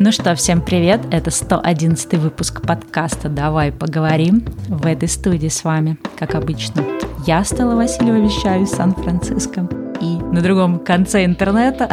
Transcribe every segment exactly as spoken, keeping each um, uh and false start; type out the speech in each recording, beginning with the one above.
Ну что, всем привет! Это сто одиннадцатый выпуск подкаста «Давай поговорим». В этой студии с вами, как обычно, я, Стелла Васильева, вещаю из Сан-Франциско. И на другом конце интернета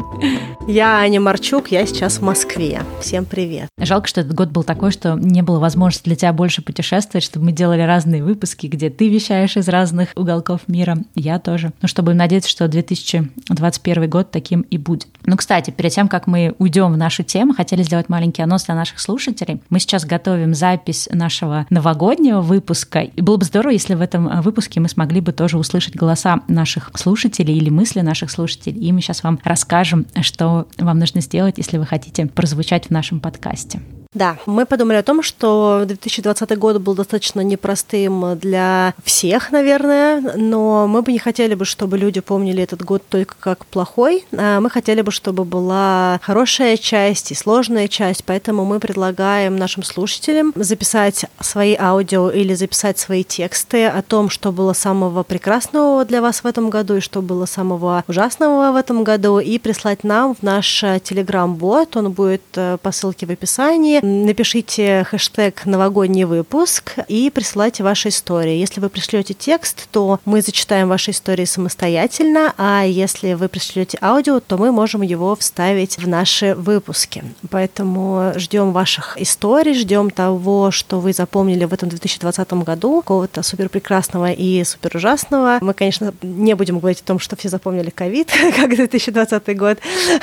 я Аня Марчук, я сейчас в Москве. Всем привет. Жалко, что этот год был такой, что не было возможности для тебя больше путешествовать, чтобы мы делали разные выпуски, где ты вещаешь из разных уголков мира, я тоже. Ну, чтобы надеяться, что две тысячи двадцать первый год таким и будет. Ну, кстати, перед тем, как мы уйдем в нашу тему, хотели сделать маленький анонс для наших слушателей. Мы сейчас готовим запись нашего новогоднего выпуска, и было бы здорово, если в этом выпуске мы смогли бы тоже услышать голоса наших слушателей или мысли наших слушателей, и мы сейчас вам расскажем, что вам нужно сделать, если вы хотите прозвучать в нашем подкасте. Да, мы подумали о том, что две тысячи двадцатый год был достаточно непростым для всех, наверное, но мы бы не хотели бы, чтобы люди помнили этот год только как плохой. Мы хотели бы, чтобы была хорошая часть и сложная часть, поэтому мы предлагаем нашим слушателям записать свои аудио или записать свои тексты о том, что было самого прекрасного для вас в этом году и что было самого ужасного в этом году, и прислать нам в наш Telegram-бот, он будет по ссылке в описании. Напишите хэштег «Новогодний выпуск» и присылайте ваши истории. Если вы пришлете текст, то мы зачитаем ваши истории самостоятельно, а если вы пришлете аудио, то мы можем его вставить в наши выпуски. Поэтому ждем ваших историй, ждем того, что вы запомнили в этом две тысячи двадцатом году, какого-то суперпрекрасного и суперужасного. Мы, конечно, не будем говорить о том, что все запомнили ковид, как две тысячи двадцатый год,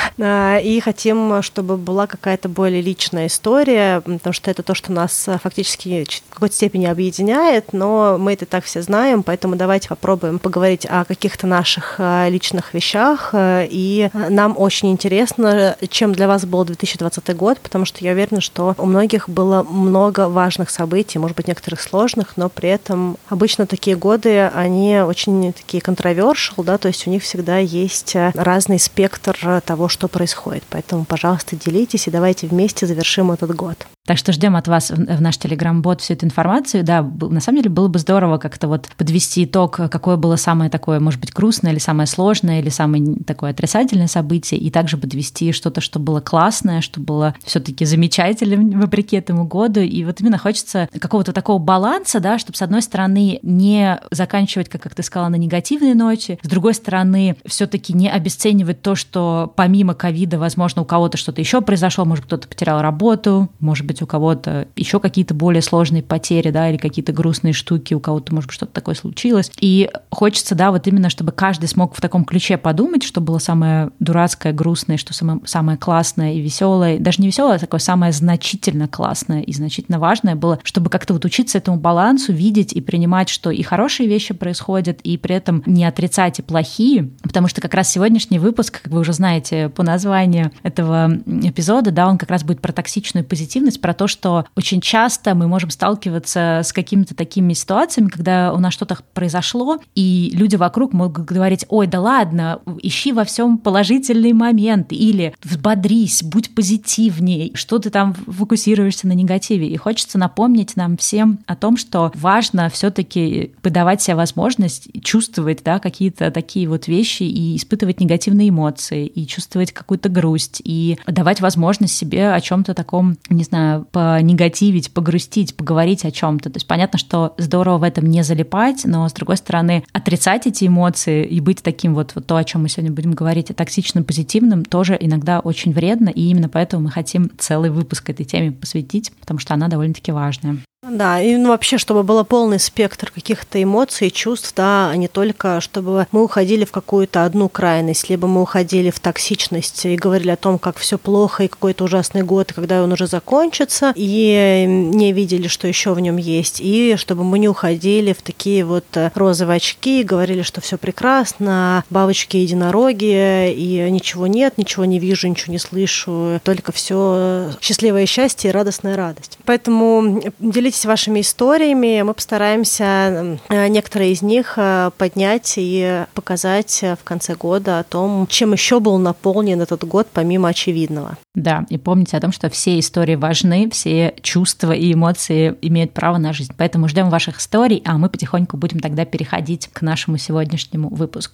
и хотим, чтобы была какая-то более личная история, потому что это то, что нас фактически в какой-то степени объединяет, но мы это так все знаем, поэтому давайте попробуем поговорить о каких-то наших личных вещах, и нам очень интересно, чем для вас был две тысячи двадцатый год, потому что я уверена, что у многих было много важных событий, может быть, некоторых сложных, но при этом обычно такие годы, они очень такие controversial, да, то есть у них всегда есть разный спектр того, что происходит, поэтому, пожалуйста, делитесь и давайте вместе завершим этот год. Так что ждем от вас в наш Telegram-бот всю эту информацию. Да, на самом деле было бы здорово как-то вот подвести итог, какое было самое такое, может быть, грустное или самое сложное, или самое такое отрицательное событие, и также подвести что-то, что было классное, что было все-таки замечательным вопреки этому году. И вот именно хочется какого-то такого баланса, да, чтобы, с одной стороны, не заканчивать, как, как ты сказала, на негативной ноте, с другой стороны, все-таки не обесценивать то, что помимо ковида, возможно, у кого-то что-то еще произошло, может, кто-то потерял работу, может быть, у кого-то еще какие-то более сложные потери, да, или какие-то грустные штуки, у кого-то, может быть, что-то такое случилось. И хочется, да, вот именно, чтобы каждый смог в таком ключе подумать, что было самое дурацкое, грустное, что самое, самое классное и веселое, даже не веселое, а такое самое значительно классное и значительно важное было, чтобы как-то вот учиться этому балансу, видеть и принимать, что и хорошие вещи происходят, и при этом не отрицать и плохие, потому что как раз сегодняшний выпуск, как вы уже знаете по названию этого эпизода, да, он как раз будет про токсичную позитивность, про то, что очень часто мы можем сталкиваться с какими-то такими ситуациями, когда у нас что-то произошло, и люди вокруг могут говорить: ой, да ладно, ищи во всем положительный момент, или взбодрись, будь позитивнее, что ты там фокусируешься на негативе. И хочется напомнить нам всем о том, что важно все-таки подавать себе возможность чувствовать, да, какие-то такие вот вещи и испытывать негативные эмоции, и чувствовать какую-то грусть, и давать возможность себе о чем-то таком, не знаю, понегативить, погрустить, поговорить о чем-то. То есть понятно, что здорово в этом не залипать, но, с другой стороны, отрицать эти эмоции и быть таким вот, вот то, о чем мы сегодня будем говорить, токсичным, позитивным, тоже иногда очень вредно, и именно поэтому мы хотим целый выпуск этой теме посвятить, потому что она довольно-таки важная. Да, и ну, вообще, чтобы был полный спектр каких-то эмоций, чувств, да, а не только, чтобы мы уходили в какую-то одну крайность, либо мы уходили в токсичность и говорили о том, как все плохо и какой-то ужасный год, и когда он уже закончится, и не видели, что еще в нем есть, и чтобы мы не уходили в такие вот розовые очки и говорили, что все прекрасно, бабочки, единороги, и ничего нет, ничего не вижу, ничего не слышу, только все счастливое счастье и радостная радость. Поэтому делитесь вашими историями, мы постараемся некоторые из них поднять и показать в конце года о том, чем еще был наполнен этот год, помимо очевидного. Да, и помните о том, что все истории важны, все чувства и эмоции имеют право на жизнь. Поэтому ждем ваших историй, а мы потихоньку будем тогда переходить к нашему сегодняшнему выпуску.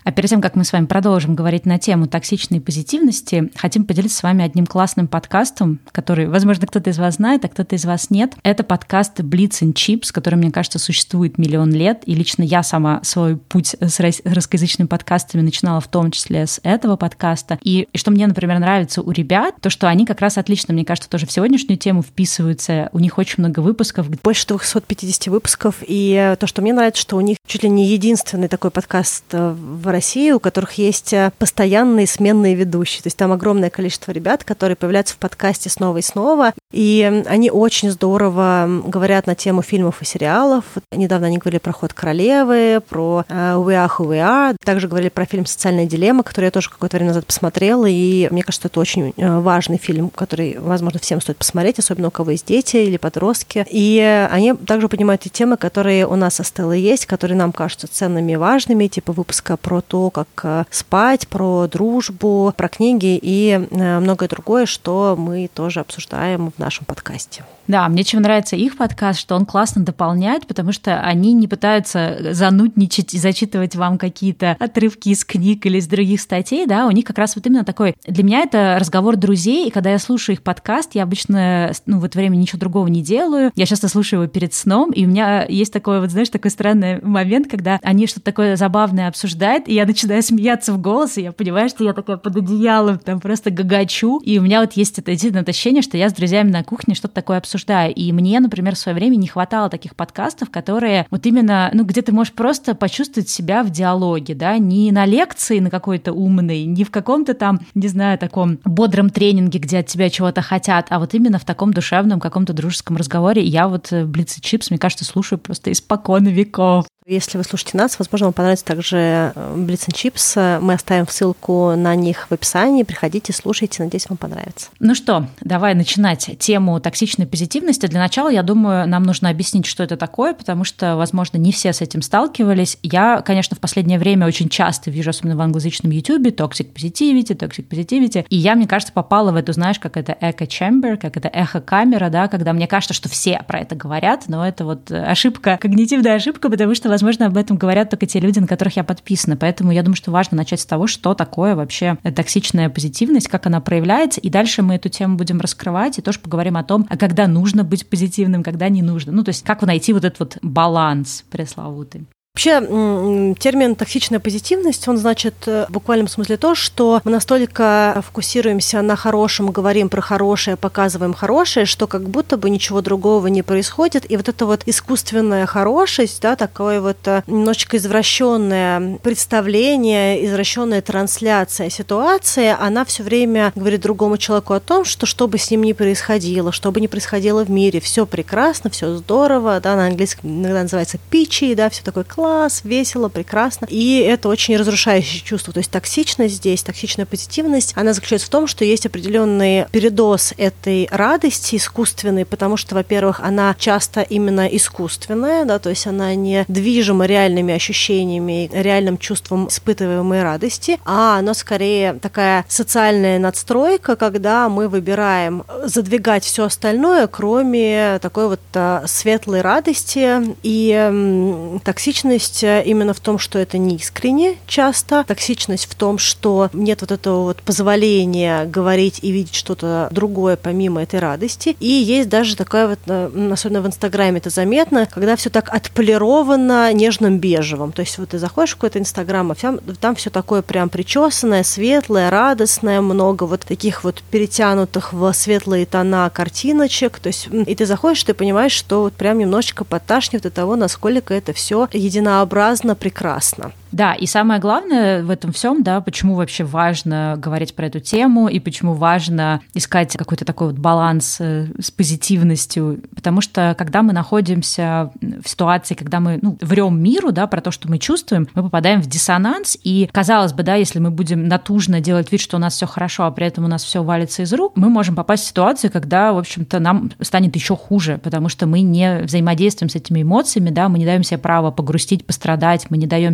А перед тем, как мы с вами продолжим говорить на тему токсичной позитивности, хотим поделиться с вами одним классным подкастом, который, возможно, кто-то из вас знает, а кто-то из вас нет. Это подкаст Blitz and Chips, который, мне кажется, существует миллион лет. И лично я сама свой путь с русскоязычными подкастами начинала в том числе с этого подкаста. И, и что мне, например, нравится у ребят, то, что они как раз отлично, мне кажется, тоже в сегодняшнюю тему вписываются. У них очень много выпусков. Больше двести пятьдесят выпусков. И то, что мне нравится, что у них чуть ли не единственный такой подкаст в России, у которых есть постоянные сменные ведущие. То есть там огромное количество ребят, которые появляются в подкасте снова и снова. И они очень здорово говорят на тему фильмов и сериалов. Недавно они говорили про «Ход королевы», про «We are who we are». Также говорили про фильм «Социальная дилемма», который я тоже какое-то время назад посмотрела. И мне кажется, это очень важный фильм, который, возможно, всем стоит посмотреть, особенно у кого есть дети или подростки. И они также поднимают и темы, которые у нас со Стеллой есть, которые нам кажутся ценными и важными, типа выпуска про то, как спать, про дружбу, про книги и многое другое, что мы тоже обсуждаем в нашем подкасте. Да, мне чем нравится их подкаст, что он классно дополняет, потому что они не пытаются занудничать и зачитывать вам какие-то отрывки из книг или из других статей, да, у них как раз вот именно такой... Для меня это разговор друзей, и когда я слушаю их подкаст, я обычно, ну, в это время ничего другого не делаю, я часто слушаю его перед сном, и у меня есть такой, вот, знаешь, такой странный момент, когда они что-то такое забавное обсуждают, и я начинаю смеяться в голос, и я понимаю, что я такая под одеялом, там просто гагачу, и у меня вот есть это действительно ощущение, что я с друзьями на кухне что-то такое обсуждаю. И мне, например, в свое время не хватало таких подкастов, которые вот именно, ну, где ты можешь просто почувствовать себя в диалоге, да, не на лекции на какой-то умной, не в каком-то там, не знаю, таком бодром тренинге, где от тебя чего-то хотят, а вот именно в таком душевном каком-то дружеском разговоре. Я вот Blitz and Chips, мне кажется, слушаю просто испокон веков. Если вы слушаете нас, возможно, вам понравится также Blitz and Chips. Мы оставим ссылку на них в описании. Приходите, слушайте. Надеюсь, вам понравится. Ну что, давай начинать тему токсичной позитивности. Для начала, я думаю, нам нужно объяснить, что это такое, потому что, возможно, не все с этим сталкивались. Я, конечно, в последнее время очень часто вижу, особенно в англоязычном YouTube, toxic positivity, toxic positivity. И я, мне кажется, попала в эту, знаешь, как это echo chamber, как это эхо-камера, да, когда мне кажется, что все про это говорят, но это вот ошибка, когнитивная ошибка, потому что, возможно, об этом говорят только те люди, на которых я подписана. Поэтому я думаю, что важно начать с того, что такое вообще токсичная позитивность, как она проявляется. И дальше мы эту тему будем раскрывать и тоже поговорим о том, а когда нужно быть позитивным, когда не нужно. Ну, то есть как найти вот этот вот баланс пресловутый. Вообще, термин «токсичная позитивность», он значит в буквальном смысле то, что мы настолько фокусируемся на хорошем, говорим про хорошее, показываем хорошее, что как будто бы ничего другого не происходит. И вот эта вот искусственная хорошесть, да, такое вот немножечко извращенное представление, извращенная трансляция ситуации, она все время говорит другому человеку о том, что что бы с ним ни происходило, что бы ни происходило в мире, все прекрасно, все здорово, да, на английском иногда называется pitchy, да, все такое класс, весело, прекрасно. И это очень разрушающее чувство. То есть токсичность здесь, токсичная позитивность, она заключается в том, что есть определенный передоз этой радости искусственной, потому что, во-первых, она часто именно искусственная, да, то есть она не движима реальными ощущениями, реальным чувством испытываемой радости, а она скорее такая социальная надстройка, когда мы выбираем задвигать все остальное, кроме такой вот а, светлой радости. И м, токсичность именно в том, что это неискренне часто. Токсичность в том, что нет вот этого вот позволения говорить и видеть что-то другое помимо этой радости. И есть даже такая вот, особенно в Инстаграме это заметно, когда все так отполировано нежным бежевым. То есть вот ты заходишь в какой-то Инстаграм, а там, там все такое прям причесанное, светлое, радостное, много вот таких вот перетянутых в светлые тона картиночек. То есть и ты заходишь, ты понимаешь, что вот прям немножечко подташнивает от того, насколько это все единообразно, прекрасно. Да, и самое главное в этом всем, да, почему вообще важно говорить про эту тему и почему важно искать какой-то такой вот баланс с позитивностью, потому что когда мы находимся в ситуации, когда мы, ну, врем миру, да, про то, что мы чувствуем, мы попадаем в диссонанс, и, казалось бы, да, если мы будем натужно делать вид, что у нас все хорошо, а при этом у нас все валится из рук, мы можем попасть в ситуацию, когда, в общем-то, нам станет еще хуже, потому что мы не взаимодействуем с этими эмоциями, да, мы не даем себе права погрустить, пострадать, мы не даем себе возможность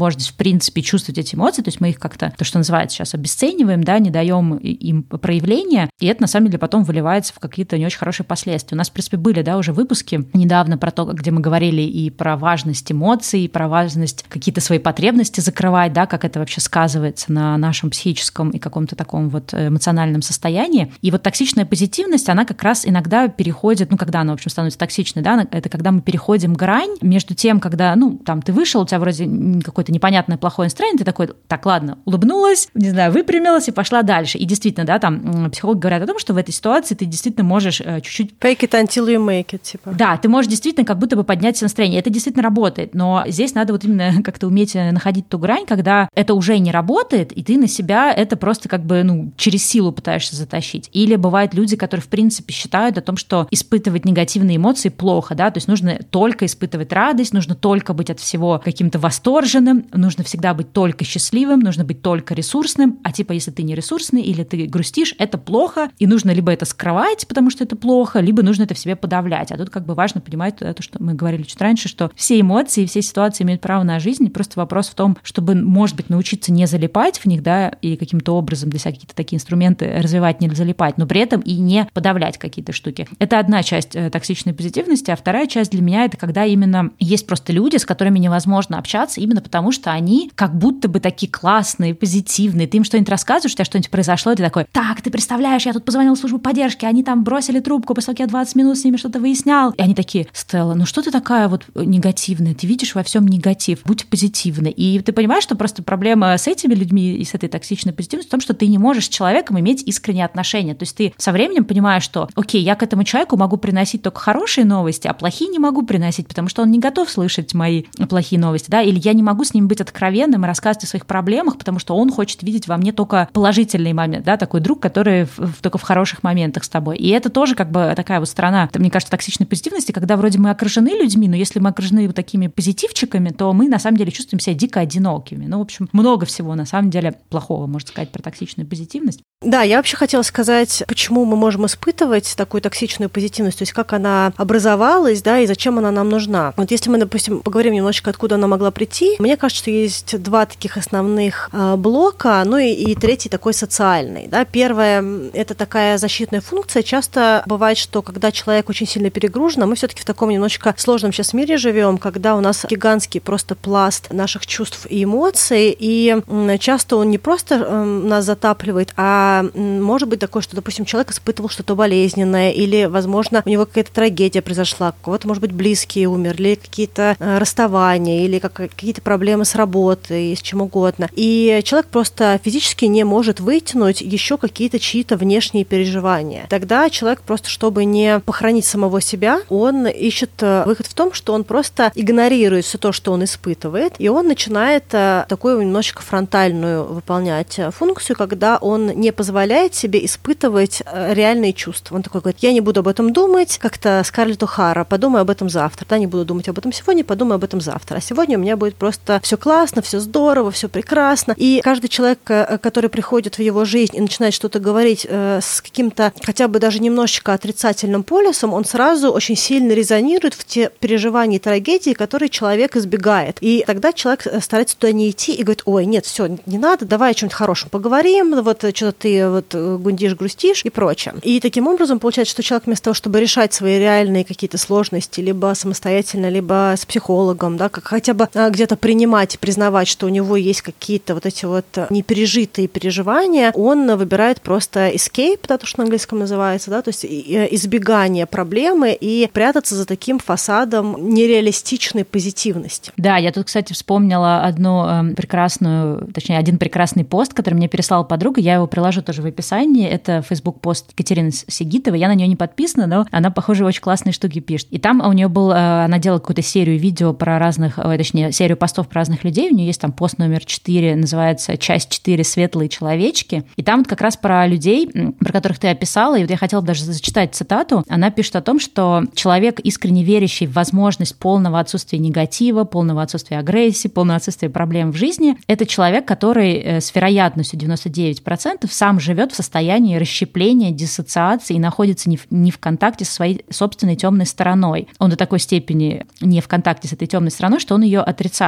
возможность, в принципе, чувствовать эти эмоции, то есть мы их как-то, то, что называется сейчас, обесцениваем, да, не даем им проявления, и это, на самом деле, потом выливается в какие-то не очень хорошие последствия. У нас, в принципе, были, да, уже выпуски недавно про то, где мы говорили и про важность эмоций, и про важность какие-то свои потребности закрывать, да, как это вообще сказывается на нашем психическом и каком-то таком вот эмоциональном состоянии. И вот токсичная позитивность, она как раз иногда переходит, ну, когда она, в общем, становится токсичной, да, это когда мы переходим грань между тем, когда, ну, там, ты вышел, у тебя вроде какое-то непонятное плохое настроение, ты такой, так, ладно, улыбнулась, не знаю, выпрямилась и пошла дальше. И действительно, да, там психологи говорят о том, что в этой ситуации ты действительно можешь чуть-чуть... Fake it until you make it, типа. Да, ты можешь действительно как будто бы поднять настроение. Это действительно работает, но здесь надо вот именно как-то уметь находить ту грань, когда это уже не работает, и ты на себя это просто как бы, ну, через силу пытаешься затащить. Или бывают люди, которые, в принципе, считают о том, что испытывать негативные эмоции плохо, да, то есть нужно только испытывать радость, нужно только быть от всего каким-то восторженным, нужно всегда быть только счастливым, нужно быть только ресурсным, а типа если ты не ресурсный или ты грустишь, это плохо, и нужно либо это скрывать, потому что это плохо, либо нужно это в себе подавлять. А тут как бы важно понимать то, что мы говорили чуть раньше, что все эмоции, все ситуации имеют право на жизнь, просто вопрос в том, чтобы, может быть, научиться не залипать в них, да, и каким-то образом для себя какие-то такие инструменты развивать, не залипать, но при этом и не подавлять какие-то штуки. Это одна часть токсичной позитивности, а вторая часть для меня — это когда именно есть просто люди, с которыми невозможно общаться, именно потому что они как будто бы такие классные, позитивные. Ты им что-нибудь рассказываешь, у тебя что-нибудь произошло, и ты такой, так, ты представляешь, я тут позвонил в службу поддержки, они там бросили трубку, после того, как я двадцать минут с ними что-то выяснял. И они такие, Стелла, ну что ты такая вот негативная, ты видишь во всем негатив, будь позитивной. И ты понимаешь, что просто проблема с этими людьми и с этой токсичной позитивностью в том, что ты не можешь с человеком иметь искренние отношения. То есть ты со временем понимаешь, что, окей, я к этому человеку могу приносить только хорошие новости, а плохие не могу приносить, потому что он не готов слышать мои плохие новости, да, или я не могу с ним быть откровенным и рассказывать о своих проблемах, потому что он хочет видеть во мне только положительный момент, да, такой друг, который в, в, только в хороших моментах с тобой. И это тоже как бы такая вот сторона, мне кажется, токсичной позитивности, когда вроде мы окружены людьми, но если мы окружены вот такими позитивчиками, то мы на самом деле чувствуем себя дико одинокими. Ну, в общем, много всего на самом деле плохого, можно сказать, про токсичную позитивность. Да, я вообще хотела сказать, почему мы можем испытывать такую токсичную позитивность, то есть как она образовалась, да, и зачем она нам нужна. Вот если мы, допустим, поговорим немножечко, откуда она могла прийти, мне кажется, что есть два таких основных э, блока, ну и, и третий такой социальный, да. Первое – это такая защитная функция. Часто бывает, что когда человек очень сильно перегружен, а мы все-таки в таком немножечко сложном сейчас мире живем, когда у нас гигантский просто пласт наших чувств и эмоций, и э, часто он не просто э, нас затапливает, а может быть такое, что, допустим, человек испытывал что-то болезненное, или, возможно, у него какая-то трагедия произошла, у кого-то, может быть, близкие умерли, какие-то расставания, или какие-то проблемы с работой, с чем угодно. И человек просто физически не может вытянуть еще какие-то чьи-то внешние переживания. Тогда человек просто, чтобы не похоронить самого себя, он ищет выход в том, что он просто игнорирует все то, что он испытывает, и он начинает такую немножечко фронтальную выполнять функцию, когда он не позволяет себе испытывать реальные чувства. Он такой говорит, я не буду об этом думать, как-то Скарлетт О'Хара, подумаю об этом завтра, да, не буду думать об этом сегодня, подумаю об этом завтра. А сегодня у меня будет просто все классно, все здорово, все прекрасно. И каждый человек, который приходит в его жизнь и начинает что-то говорить с каким-то хотя бы даже немножечко отрицательным полюсом, он сразу очень сильно резонирует в те переживания и трагедии, которые человек избегает. И тогда человек старается туда не идти и говорит, ой, нет, все, не надо, давай о чем-то хорошем поговорим, вот что-то ты вот гундишь, грустишь и прочее. И таким образом получается, что человек вместо того, чтобы решать свои реальные какие-то сложности, либо самостоятельно, либо с психологом, да, как хотя бы где-то принимать и признавать, что у него есть какие-то вот эти вот непережитые переживания, он выбирает просто escape, да, то, что на английском называется, да, то есть избегание проблемы и прятаться за таким фасадом нереалистичной позитивности. Да, я тут, кстати, вспомнила одну прекрасную, точнее, один прекрасный пост, который мне переслала подруга, я его приложу тоже в описании. Это Facebook-пост Екатерины Сигитовой. Я на нее не подписана, но она, похоже, очень классные штуки пишет. И там у нее был, она делала какую-то серию видео про разных, точнее, серию постов про разных людей. У нее есть там пост номер четыре, называется «Часть четыре. Светлые человечки». И там вот как раз про людей, про которых ты описала, и вот я хотела даже зачитать цитату. Она пишет о том, что человек, искренне верящий в возможность полного отсутствия негатива, полного отсутствия агрессии, полного отсутствия проблем в жизни, это человек, который с вероятностью девяносто девять процентов сам живет в состоянии расщепления, диссоциации и находится не в, не в контакте со своей собственной темной стороной. Он до такой степени не в контакте с этой темной стороной, что он ее отрицает. И вот она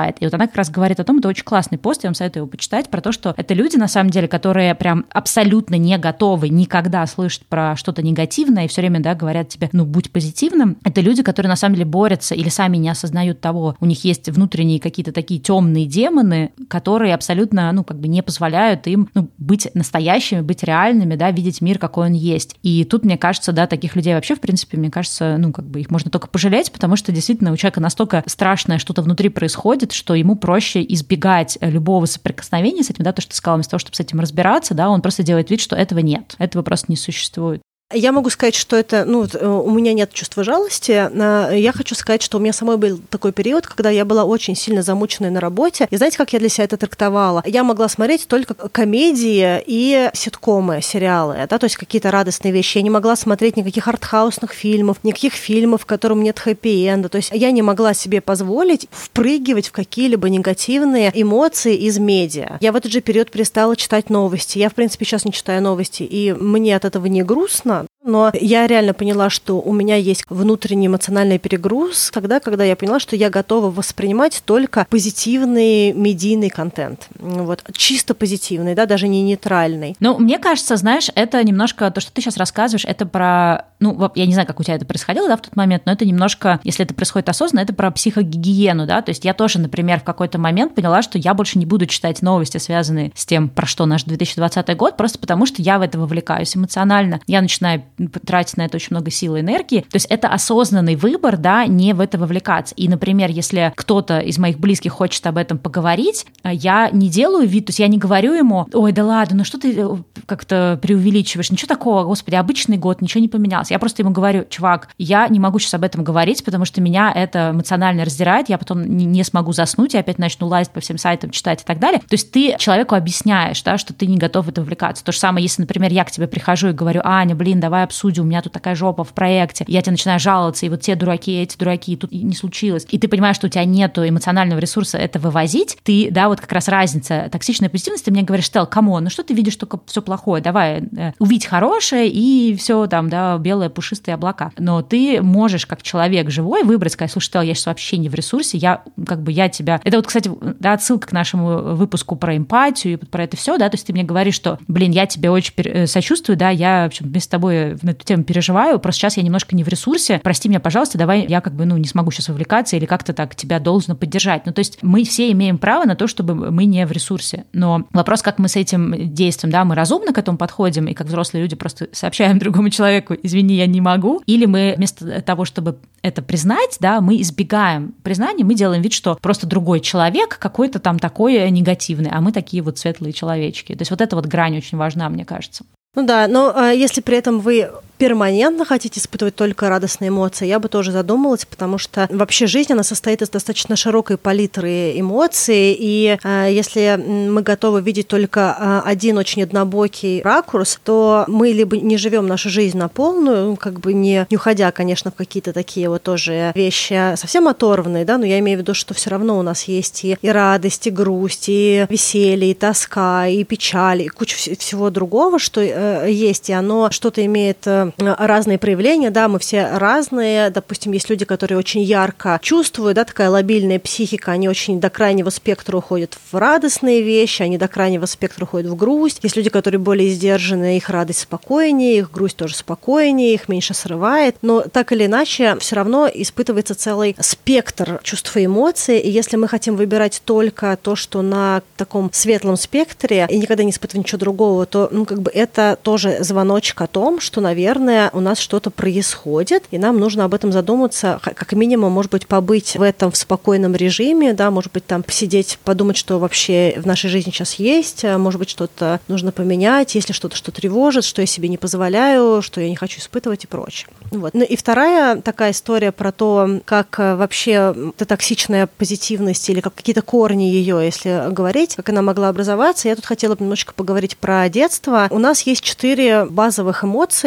как раз говорит о том, это очень классный пост, я вам советую его почитать, про то, что это люди, на самом деле, которые прям абсолютно не готовы никогда слышать про что-то негативное и все время, да, говорят тебе, ну, будь позитивным. Это люди, которые на самом деле борются или сами не осознают того, у них есть внутренние какие-то такие темные демоны, которые абсолютно, ну, как бы не позволяют им, ну, быть настоящими, быть реальными, да, видеть мир, какой он есть. И тут, мне кажется, да, таких людей вообще, в принципе, мне кажется, ну, как бы их можно только пожалеть, потому что действительно у человека настолько страшное что-то внутри происходит, что ему проще избегать любого соприкосновения с этим, да, то, что ты сказала, вместо того, чтобы с этим разбираться, да, он просто делает вид, что этого нет, этого просто не существует. Я могу сказать, что это, ну, у меня нет чувства жалости. Я хочу сказать, что у меня самой был такой период, когда я была очень сильно замученной на работе. И знаете, как я для себя это трактовала? Я могла смотреть только комедии и ситкомы, сериалы, да, то есть какие-то радостные вещи. Я не могла смотреть никаких артхаусных фильмов, никаких фильмов, в которых нет хэппи-энда. То есть я не могла себе позволить впрыгивать в какие-либо негативные эмоции из медиа. Я в этот же период перестала читать новости. Я, в принципе, сейчас не читаю новости, и мне от этого не грустно. Но я реально поняла, что у меня есть внутренний эмоциональный перегруз тогда, когда я поняла, что я готова воспринимать только позитивный медийный контент. Вот, чисто позитивный, да, даже не нейтральный. Ну, мне кажется, знаешь, это немножко, то, что ты сейчас рассказываешь, это про, ну, я не знаю, как у тебя это происходило, да, в тот момент, но это немножко, если это происходит осознанно, это про психогигиену, да, то есть я тоже, например, в какой-то момент поняла, что я больше не буду читать новости, связанные с тем, про что наш две тысячи двадцатый год, просто потому что я в это вовлекаюсь эмоционально, я начинаю тратить на это очень много сил и энергии. То есть это осознанный выбор, да, не в это вовлекаться. И, например, если кто-то из моих близких хочет об этом поговорить, я не делаю вид, то есть я не говорю ему, ой, да ладно, ну что ты как-то преувеличиваешь, ничего такого, господи, обычный год, ничего не поменялось. Я просто ему говорю, чувак, я не могу сейчас об этом говорить, потому что меня это эмоционально раздирает, я потом не смогу заснуть, я опять начну лазить по всем сайтам, читать и так далее. То есть ты человеку объясняешь, да, что ты не готов в это вовлекаться. То же самое, если, например, я к тебе прихожу и говорю, Аня, блин, давай обсудим, у меня тут такая жопа в проекте, я тебе начинаю жаловаться, и вот те дураки, эти дураки, и тут не случилось, и ты понимаешь, что у тебя нету эмоционального ресурса это вывозить, ты, да, вот как раз разница токсичной позитивности, ты мне говоришь, Стелл, камон, ну что ты видишь только все плохое, давай, э, увидь хорошее, и все там, да, белые пушистые облака. Но ты можешь, как человек живой, выбрать, сказать, слушай, Стелл, я сейчас вообще не в ресурсе, я, как бы, я тебя... Это вот, кстати, да, отсылка к нашему выпуску про эмпатию, и про это все, да, то есть ты мне говоришь, что, блин, я тебе очень сочувствую, да, я, в общем, вместе с тобой на эту тему переживаю, просто сейчас я немножко не в ресурсе, прости меня, пожалуйста, давай я как бы, ну, не смогу сейчас вовлекаться или как-то так тебя должно поддержать. Ну, то есть мы все имеем право на то, чтобы мы не в ресурсе. Но вопрос, как мы с этим действуем, да, мы разумно к этому подходим и как взрослые люди просто сообщаем другому человеку, извини, я не могу, или мы вместо того, чтобы это признать, да, мы избегаем признания, мы делаем вид, что просто другой человек какой-то там такой негативный, а мы такие вот светлые человечки. То есть вот эта вот грань очень важна, мне кажется. Ну да, но а, если при этом вы перманентно хотите испытывать только радостные эмоции, я бы тоже задумалась, потому что вообще жизнь, она состоит из достаточно широкой палитры эмоций, и а, если мы готовы видеть только а, один очень однобокий ракурс, то мы либо не живем нашу жизнь на полную, как бы не, не уходя, конечно, в какие-то такие вот тоже вещи совсем оторванные, да, но я имею в виду, что все равно у нас есть и, и радость, и грусть, и веселье, и тоска, и печаль, и куча всего другого, что э, есть, и оно что-то имеет разные проявления, да, мы все разные, допустим, есть люди, которые очень ярко чувствуют, да, такая лобильная психика, они очень до крайнего спектра уходят в радостные вещи, они до крайнего спектра уходят в грусть, есть люди, которые более сдержанные, их радость спокойнее, их грусть тоже спокойнее, их меньше срывает, но так или иначе все равно испытывается целый спектр чувств и эмоций, и если мы хотим выбирать только то, что на таком светлом спектре, и никогда не испытывать ничего другого, то, ну, как бы это тоже звоночек о том, что, наверное, у нас что-то происходит, и нам нужно об этом задуматься, как минимум, может быть, побыть в этом в спокойном режиме, да, может быть, там посидеть, подумать, что вообще в нашей жизни сейчас есть, может быть, что-то нужно поменять, если что-то, что тревожит, что я себе не позволяю, что я не хочу испытывать и прочее. Вот. Ну и вторая такая история про то, как вообще эта токсичная позитивность или как какие-то корни ее, если говорить, как она могла образоваться. Я тут хотела бы немножечко поговорить про детство. У нас есть четыре базовых эмоции,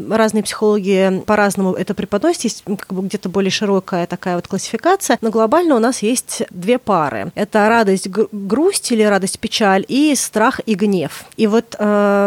разные психологи по-разному это преподносят, есть как бы где-то более широкая такая вот классификация, но глобально у нас есть две пары. Это радость, грусть или радость, печаль, и страх и гнев. И вот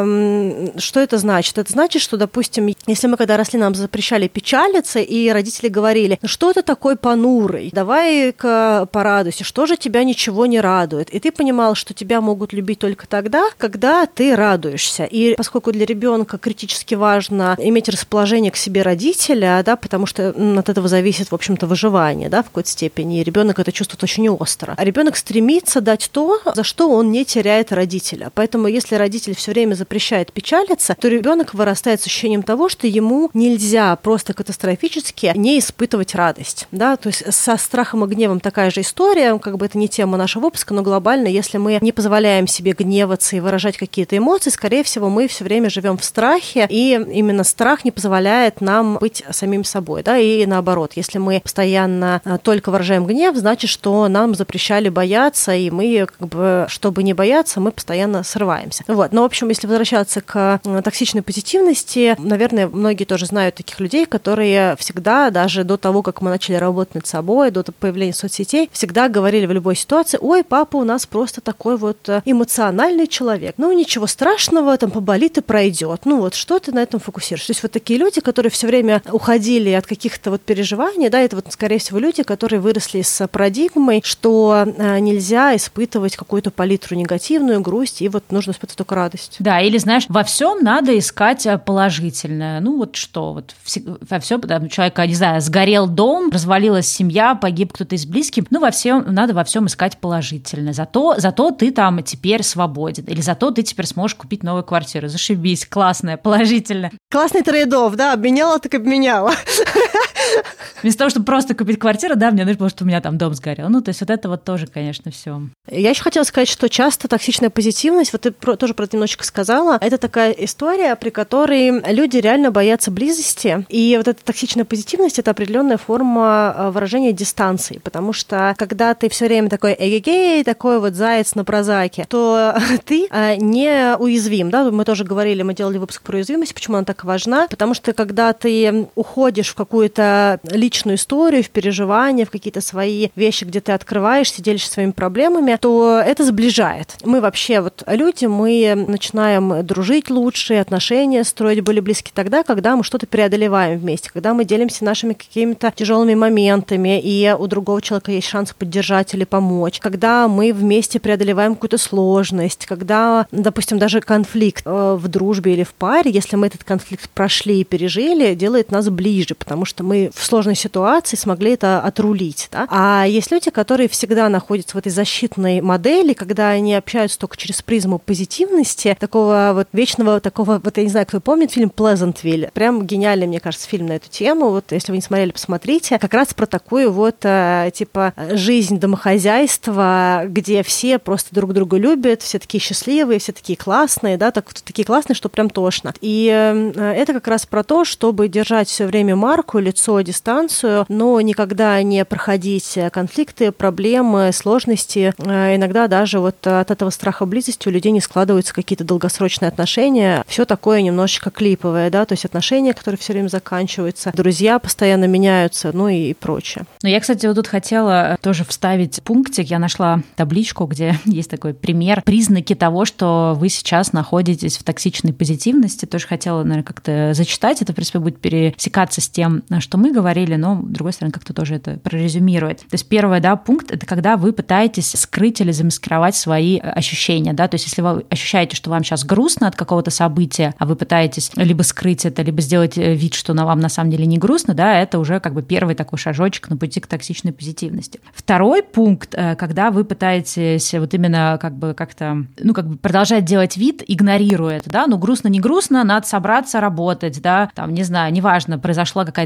э, что это значит? Это значит, что, допустим, если мы когда росли, нам запрещали печалиться, и родители говорили, ну что ты такой понурый, давай-ка порадуйся, что же тебя ничего не радует? И ты понимал, что тебя могут любить только тогда, когда ты радуешься. И поскольку для ребенка критически важно иметь расположение к себе родителя, да, потому что от этого зависит, в общем-то, выживание, да, в какой-то степени, и ребенок это чувствует очень остро. А ребенок стремится дать то, за что он не теряет родителя. Поэтому, если родитель все время запрещает печалиться, то ребенок вырастает с ощущением того, что ему нельзя просто катастрофически не испытывать радость. Да? То есть со страхом и гневом такая же история, как бы это не тема нашего выпуска, но глобально, если мы не позволяем себе гневаться и выражать какие-то эмоции, скорее всего, мы все время живем в страхе, и именно страх не позволяет нам быть самим собой. Да? И наоборот, если мы постоянно только выражаем гнев, значит, что нам запрещали бояться, и мы, как бы, чтобы не бояться, мы постоянно срываемся. Вот. Но, в общем, если возвращаться к токсичной позитивности, наверное, многие тоже знают таких людей, которые всегда, даже до того, как мы начали работать над собой, до появления соцсетей, всегда говорили в любой ситуации: ой, папа у нас просто такой вот эмоциональный человек. Ну, ничего страшного, там поболит и пройдет. Ну, вот что ты на этом фокусируешься? То есть вот такие люди, которые все время уходили от каких-то вот переживаний, да, это вот, скорее всего, люди, которые выросли с парадигмой, что нельзя испытывать какую-то палитру негативную, грусть, и вот нужно испытывать только радость. Да, или, знаешь, во всем надо искать положительное. Ну, вот что, вот во всем, да, у человека, не знаю, сгорел дом, развалилась семья, погиб кто-то из близких, ну, во всем, надо во всем искать положительное. Зато, зато ты там теперь свободен, или зато ты теперь сможешь купить новую квартиру. Зашибись, классное, положительное. Классный трейд-офф, да, обменяла, так обменяла. Вместо того, чтобы просто купить квартиру, да, мне нужно, потому что у меня там дом сгорел. Ну, то есть вот это вот тоже, конечно, все. Я еще хотела сказать, что часто токсичная позитивность, вот ты про, тоже про это немножечко сказала, это такая история, при которой люди реально боятся близости. И вот эта токсичная позитивность — это определенная форма выражения дистанции, потому что когда ты все время такой эгегей, такой вот заяц на прозаке, то ты не уязвим, да, мы тоже говорили, мы делали выпуск про уязвимость, почему она так важна, потому что когда ты уходишь в какую-то личную историю, в переживания, в какие-то свои вещи, где ты открываешься, делишься своими проблемами, то это сближает. Мы вообще вот люди, мы начинаем дружить лучше, отношения строить более близкие тогда, когда мы что-то преодолеваем вместе, когда мы делимся нашими какими-то тяжелыми моментами, и у другого человека есть шанс поддержать или помочь, когда мы вместе преодолеваем какую-то сложность, когда, допустим, даже конфликт в дружбе или в паре, если мы этот конфликт прошли и пережили, делает нас ближе, потому что мы в сложной ситуации смогли это отрулить. Да? А есть люди, которые всегда находятся в этой защитной модели, когда они общаются только через призму позитивности, такого вот вечного, такого, вот я не знаю, кто помнит фильм «Плезантвилл». Прям гениальный, мне кажется, фильм на эту тему. Вот если вы не смотрели, посмотрите. Как раз про такую вот, типа, жизнь домохозяйства, где все просто друг друга любят, все такие счастливые, все такие классные, да, так, такие классные, что прям тошно. И это как раз про то, чтобы держать все время марку, лицо, дистанцию, но никогда не проходить конфликты, проблемы, сложности. Иногда даже вот от этого страха близости у людей не складываются какие-то долгосрочные отношения. Все такое немножечко клиповое, да, то есть отношения, которые все время заканчиваются, друзья постоянно меняются, ну и прочее. Ну, я, кстати, вот тут хотела тоже вставить пунктик. Я нашла табличку, где есть такой пример, признаки того, что вы сейчас находитесь в токсичной позитивности. Тоже хотела, наверное, как-то зачитать. Это, в принципе, будет пересекаться с тем, что мы говорили, но, с другой стороны, как-то тоже это прорезюмирует. То есть первый, да, пункт — это когда вы пытаетесь скрыть или замаскировать свои ощущения, да, то есть если вы ощущаете, что вам сейчас грустно от какого-то события, а вы пытаетесь либо скрыть это, либо сделать вид, что на вам на самом деле не грустно, да, это уже как бы первый такой шажочек на пути к токсичной позитивности. Второй пункт, когда вы пытаетесь вот именно как бы как-то, ну, как бы продолжать делать вид, игнорируя это, да, ну, грустно, не грустно, надо собраться, работать, да, там, не знаю, неважно, произошла какая-то беда в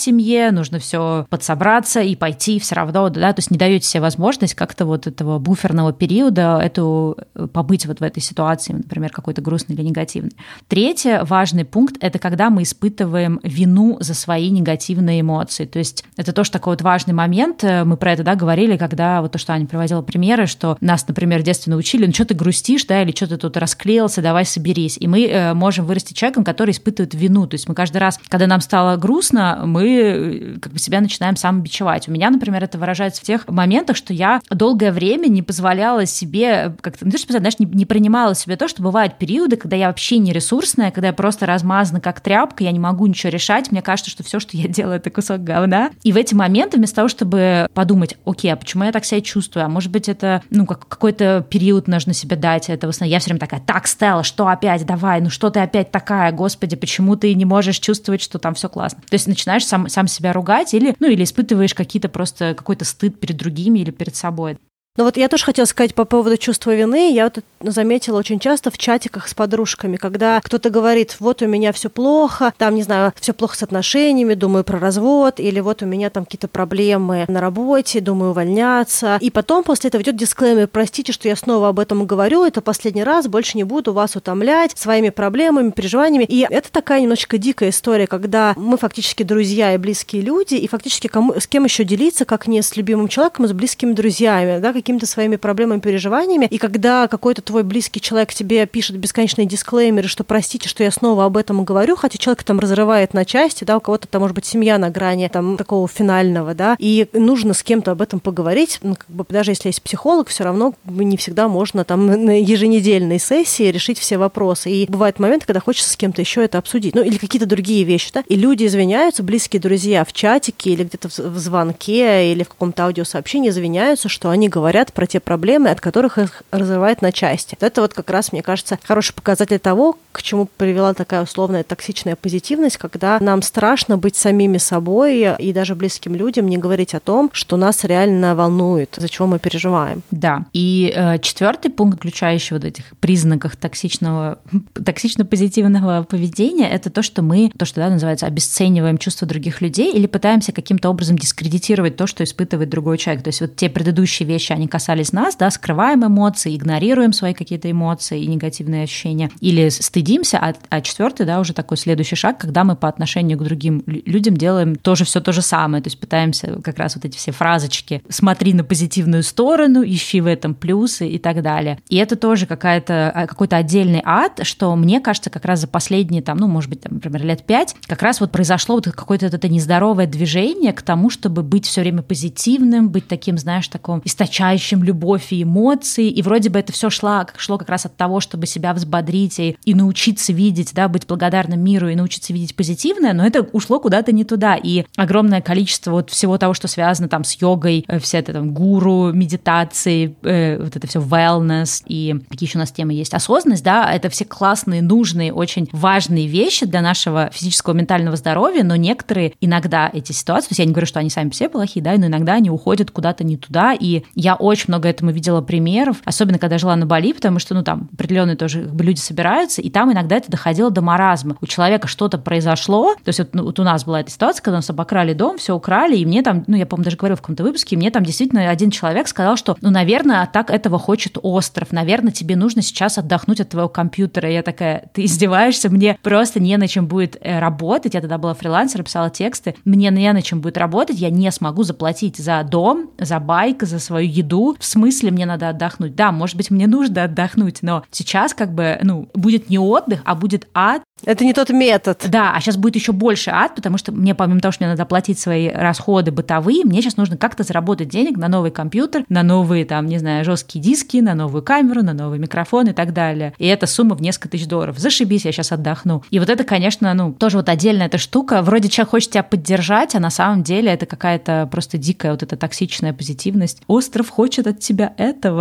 семье, нужно все подсобраться и пойти все равно, да, то есть не даете себе возможность как-то вот этого буферного периода эту побыть вот в этой ситуации, например, какой-то грустный или негативный. Третий важный пункт – это когда мы испытываем вину за свои негативные эмоции. То есть это тоже такой вот важный момент. Мы про это, да, говорили, когда вот то, что Аня приводила примеры, что нас, например, в детстве научили, ну что ты грустишь, да, или что ты тут расклеился, давай соберись. И мы э, можем вырасти человеком, который испытывает вину. То есть мы каждый раз, когда нам стало грустно, мы как бы себя начинаем самобичевать. У меня, например, это выражается в тех моментах, что я долгое время не позволяла себе, как-то, не то, что, знаешь, не, не принимала себе то, что бывают периоды, когда я вообще не ресурсная, когда я просто размазана как тряпка, я не могу ничего решать, мне кажется, что все, что я делаю, это кусок говна. И в эти моменты, вместо того, чтобы подумать, окей, а почему я так себя чувствую, а может быть, это, ну, как, какой-то период нужно себе дать этого сна. Я все время такая, так, Стелла, что опять, давай, ну что ты опять такая, господи, почему ты не можешь чувствовать, что там все классно. То есть начинаешь сам, сам себя ругать или, ну, или испытываешь какие-то просто какой-то стыд перед другими или перед собой. Ну вот я тоже хотела сказать по поводу чувства вины. Я вот заметила очень часто в чатиках с подружками, когда кто-то говорит, вот у меня все плохо, там, не знаю, все плохо с отношениями, думаю про развод, или вот у меня там какие-то проблемы на работе, думаю увольняться. И потом после этого идет дисклеймер, простите, что я снова об этом говорю, это последний раз, больше не буду вас утомлять своими проблемами, переживаниями. И это такая немножечко дикая история, когда мы фактически друзья и близкие люди, и фактически кому, с кем еще делиться, как не с любимым человеком, а с близкими друзьями, да, какими-то своими проблемами, переживаниями, и когда какой-то твой близкий человек тебе пишет бесконечные дисклеймеры, что простите, что я снова об этом говорю, хотя человек там разрывает на части, да, у кого-то там может быть семья на грани там такого финального, да, и нужно с кем-то об этом поговорить, ну, как бы даже если есть психолог, все равно не всегда можно там на еженедельной сессии решить все вопросы, и бывают моменты, когда хочется с кем-то еще это обсудить, ну, или какие-то другие вещи, да, и люди извиняются, близкие друзья в чатике или где-то в звонке или в каком-то аудиосообщении извиняются, что они говорят про те проблемы, от которых их разрывает на части. Это вот как раз, мне кажется, хороший показатель того, к чему привела такая условная токсичная позитивность, когда нам страшно быть самими собой и даже близким людям не говорить о том, что нас реально волнует, за чего мы переживаем. Да. И э, четвертый пункт, включающий вот этих признаков токсичного, токсично-позитивного поведения, это то, что мы, то, что да, называется, обесцениваем чувства других людей или пытаемся каким-то образом дискредитировать то, что испытывает другой человек. То есть вот те предыдущие вещи, они касались нас, да, скрываем эмоции, игнорируем свои какие-то эмоции и негативные ощущения, или стыдимся, а, а четвертый, да, уже такой следующий шаг, когда мы по отношению к другим людям делаем тоже все то же самое, то есть пытаемся как раз вот эти все фразочки «смотри на позитивную сторону», «ищи в этом плюсы» и так далее. И это тоже какая-то, какой-то отдельный ад, что мне кажется, как раз за последние, там, ну, может быть, там, например, лет пять, как раз вот произошло вот какое-то это нездоровое движение к тому, чтобы быть все время позитивным, быть таким, знаешь, таком источающим любовь и эмоции, и вроде бы это все шло, шло как раз от того, чтобы себя взбодрить и, и научиться видеть, да, быть благодарным миру и научиться видеть позитивное, но это ушло куда-то не туда, и огромное количество вот всего того, что связано там с йогой, все это там гуру, медитации, э, вот это все wellness, и какие еще у нас темы есть, осознанность, да, это все классные, нужные, очень важные вещи для нашего физического, ментального здоровья, но некоторые иногда эти ситуации, то есть я не говорю, что они сами все плохие, да, но иногда они уходят куда-то не туда, и я очень много этому видела примеров, особенно когда жила на Бали, потому что, ну, там определенные тоже как бы, люди собираются, и там иногда это доходило до маразма. У человека что-то произошло, то есть вот, ну, вот у нас была эта ситуация, когда у нас обокрали дом, все украли, и мне там, ну, я, по-моему, даже говорила в каком-то выпуске, мне там действительно один человек сказал, что, ну, наверное, так этого хочет остров, наверное, тебе нужно сейчас отдохнуть от твоего компьютера. И я такая, ты издеваешься, мне просто не на чем будет работать, я тогда была фрилансером, писала тексты, мне не на чем будет работать, я не смогу заплатить за дом, за байк, за свою еду, в смысле мне надо отдохнуть? Да, может быть, мне нужно отдохнуть, но сейчас как бы, ну, будет не отдых, а будет ад. Это не тот метод. Да, а сейчас будет еще больше ад, потому что мне, помимо того, что мне надо оплатить свои расходы бытовые, мне сейчас нужно как-то заработать денег на новый компьютер, на новые, там, не знаю, жесткие диски, на новую камеру, на новый микрофон и так далее. И эта сумма в несколько тысяч долларов. Зашибись, я сейчас отдохну. И вот это, конечно, ну, тоже вот отдельная эта штука. Вроде человек хочет тебя поддержать, а на самом деле это какая-то просто дикая вот эта токсичная позитивность. Остров хочет от тебя этого.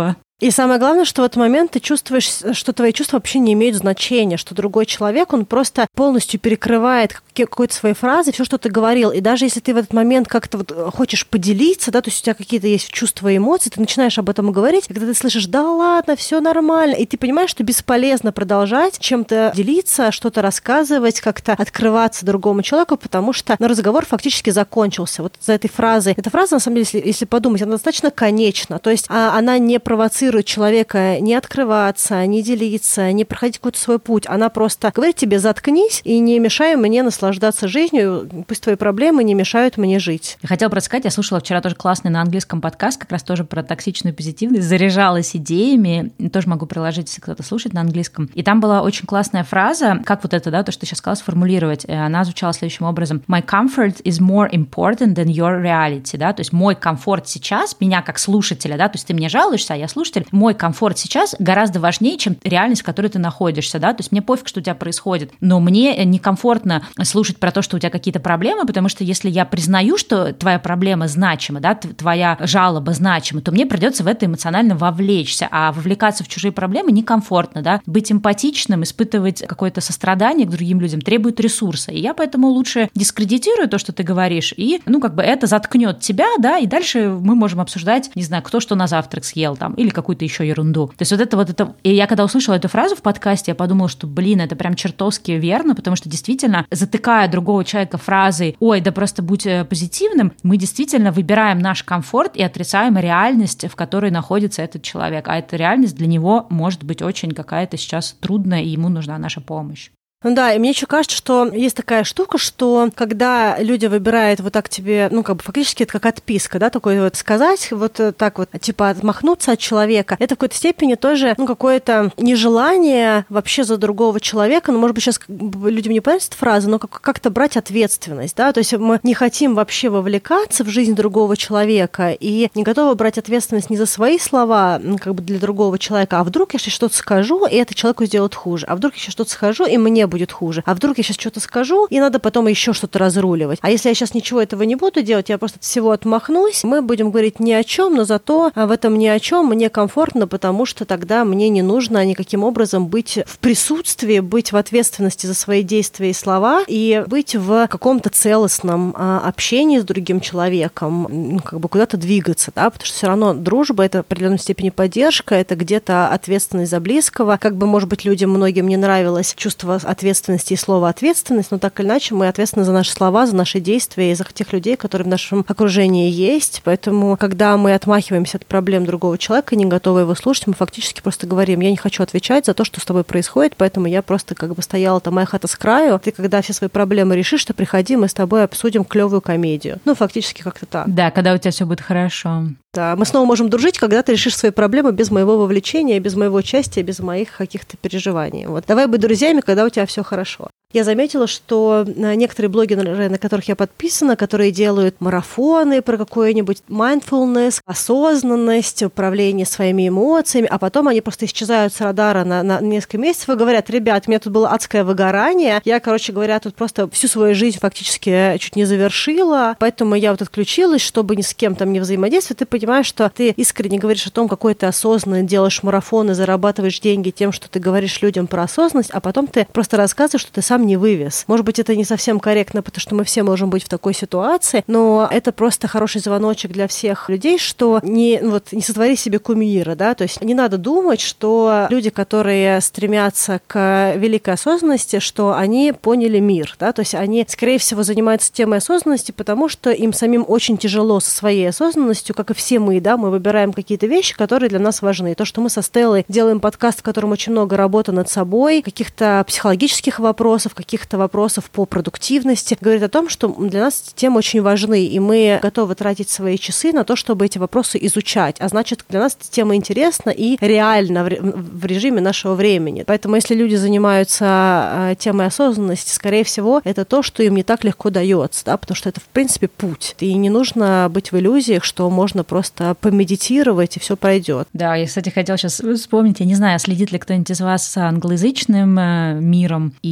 И самое главное, что в этот момент ты чувствуешь, что твои чувства вообще не имеют значения, что другой человек, он просто полностью перекрывает какой-то своей фразой все, что ты говорил. И даже если ты в этот момент как-то вот хочешь поделиться, да, то есть у тебя какие-то есть чувства и эмоции, ты начинаешь об этом говорить, и когда ты слышишь, да ладно, все нормально, и ты понимаешь, что бесполезно продолжать чем-то делиться, что-то рассказывать, как-то открываться другому человеку, потому что ну, разговор фактически закончился. Вот за этой фразой. Эта фраза, на самом деле, если, если подумать, она достаточно конечна. То есть а, она не провоцирует человека не открываться, не делиться, не проходить какой-то свой путь. Она просто говорит тебе: заткнись и не мешай мне наслаждаться жизнью, пусть твои проблемы не мешают мне жить. Я хотела просто сказать, я слушала вчера тоже классный на английском подкаст, как раз тоже про токсичную позитивность, заряжалась идеями, тоже могу приложить, если кто-то слушает на английском. И там была очень классная фраза, как вот это, да, то, что ты сейчас сказала, сформулировать. Она звучала следующим образом: My comfort is more important than your reality, да, то есть мой комфорт сейчас, меня как слушателя, да, то есть ты мне жалуешься, а я слушатель, мой комфорт сейчас гораздо важнее, чем реальность, в которой ты находишься, да, то есть мне пофиг, что у тебя происходит, но мне некомфортно слушать про то, что у тебя какие-то проблемы, потому что если я признаю, что твоя проблема значима, да, твоя жалоба значима, то мне придется в это эмоционально вовлечься, а вовлекаться в чужие проблемы некомфортно, да, быть эмпатичным, испытывать какое-то сострадание к другим людям требует ресурса, и я поэтому лучше дискредитирую то, что ты говоришь, и, ну, как бы это заткнет тебя, да, и дальше мы можем обсуждать, не знаю, кто что на завтрак съел там, или какую-то еще ерунду. То есть вот это вот это... И я когда услышала эту фразу в подкасте, я подумала, что, блин, это прям чертовски верно, потому что действительно, затыкая другого человека фразой «Ой, да просто будь позитивным», мы действительно выбираем наш комфорт и отрицаем реальность, в которой находится этот человек. А эта реальность для него может быть очень какая-то сейчас трудная, и ему нужна наша помощь. Ну да, и мне еще кажется, что есть такая штука, что когда люди выбирают вот так тебе, ну, как бы фактически это как отписка, да, такое вот сказать, вот так вот, типа отмахнуться от человека, это в какой-то степени тоже, ну, какое-то нежелание вообще за другого человека, ну, может быть, сейчас людям не понравится эта фраза, но как-то брать ответственность, да, то есть мы не хотим вообще вовлекаться в жизнь другого человека и не готовы брать ответственность не за свои слова, ну, как бы для другого человека, а вдруг я сейчас что-то скажу, и это человеку сделает хуже, а вдруг я сейчас что-то скажу, и мне будет хуже. А вдруг я сейчас что-то скажу, и надо потом еще что-то разруливать. А если я сейчас ничего этого не буду делать, я просто от всего отмахнусь, мы будем говорить ни о чем, но зато в этом ни о чем мне комфортно, потому что тогда мне не нужно никаким образом быть в присутствии, быть в ответственности за свои действия и слова, и быть в каком-то целостном общении с другим человеком, ну, как бы куда-то двигаться, да, потому что все равно дружба — это в определенной степени поддержка, это где-то ответственность за близкого. Как бы, может быть, людям многим не нравилось чувство ответственности и слово «ответственность», но так или иначе мы ответственны за наши слова, за наши действия и за тех людей, которые в нашем окружении есть. Поэтому, когда мы отмахиваемся от проблем другого человека, не готовы его слушать, мы фактически просто говорим: я не хочу отвечать за то, что с тобой происходит, поэтому я просто как бы стояла там, моя хата с краю. Ты, когда все свои проблемы решишь, то приходи, мы с тобой обсудим клевую комедию. Ну, фактически как-то так. Да, когда у тебя все будет хорошо. Да, мы снова можем дружить, когда ты решишь свои проблемы без моего вовлечения, без моего участия, без моих каких-то переживаний. Вот. Давай быть друзьями, когда у тебя все хорошо. Я заметила, что некоторые блогеры, на которых я подписана, которые делают марафоны про какой-нибудь mindfulness, осознанность, управление своими эмоциями, а потом они просто исчезают с радара на, на несколько месяцев и говорят: ребят, у меня тут было адское выгорание, я, короче говоря, тут просто всю свою жизнь фактически чуть не завершила, поэтому я вот отключилась, чтобы ни с кем там не взаимодействовать. Ты понимаешь, что ты искренне говоришь о том, какой ты осознанный, делаешь марафоны, зарабатываешь деньги тем, что ты говоришь людям про осознанность, а потом ты просто рассказываешь, что ты сам не вывез. Может быть, это не совсем корректно, потому что мы все можем быть в такой ситуации, но это просто хороший звоночек для всех людей, что не, вот, не сотвори себе кумира, да, то есть не надо думать, что люди, которые стремятся к великой осознанности, что они поняли мир, да, то есть они, скорее всего, занимаются темой осознанности, потому что им самим очень тяжело со своей осознанностью, как и все мы, да, мы выбираем какие-то вещи, которые для нас важны. И то, что мы со Стеллой делаем подкаст, в котором очень много работы над собой, каких-то психологических вопросов, каких-то вопросов по продуктивности, говорит о том, что для нас темы очень важны, и мы готовы тратить свои часы на то, чтобы эти вопросы изучать. А значит, для нас тема интересна и реальна в режиме нашего времени. Поэтому, если люди занимаются темой осознанности, скорее всего, это то, что им не так легко дается, да, потому что это, в принципе, путь. И не нужно быть в иллюзиях, что можно просто помедитировать, и все пройдет. Да, я, кстати, хотела сейчас вспомнить, я не знаю, следит ли кто-нибудь из вас с англоязычным миром, и есть такая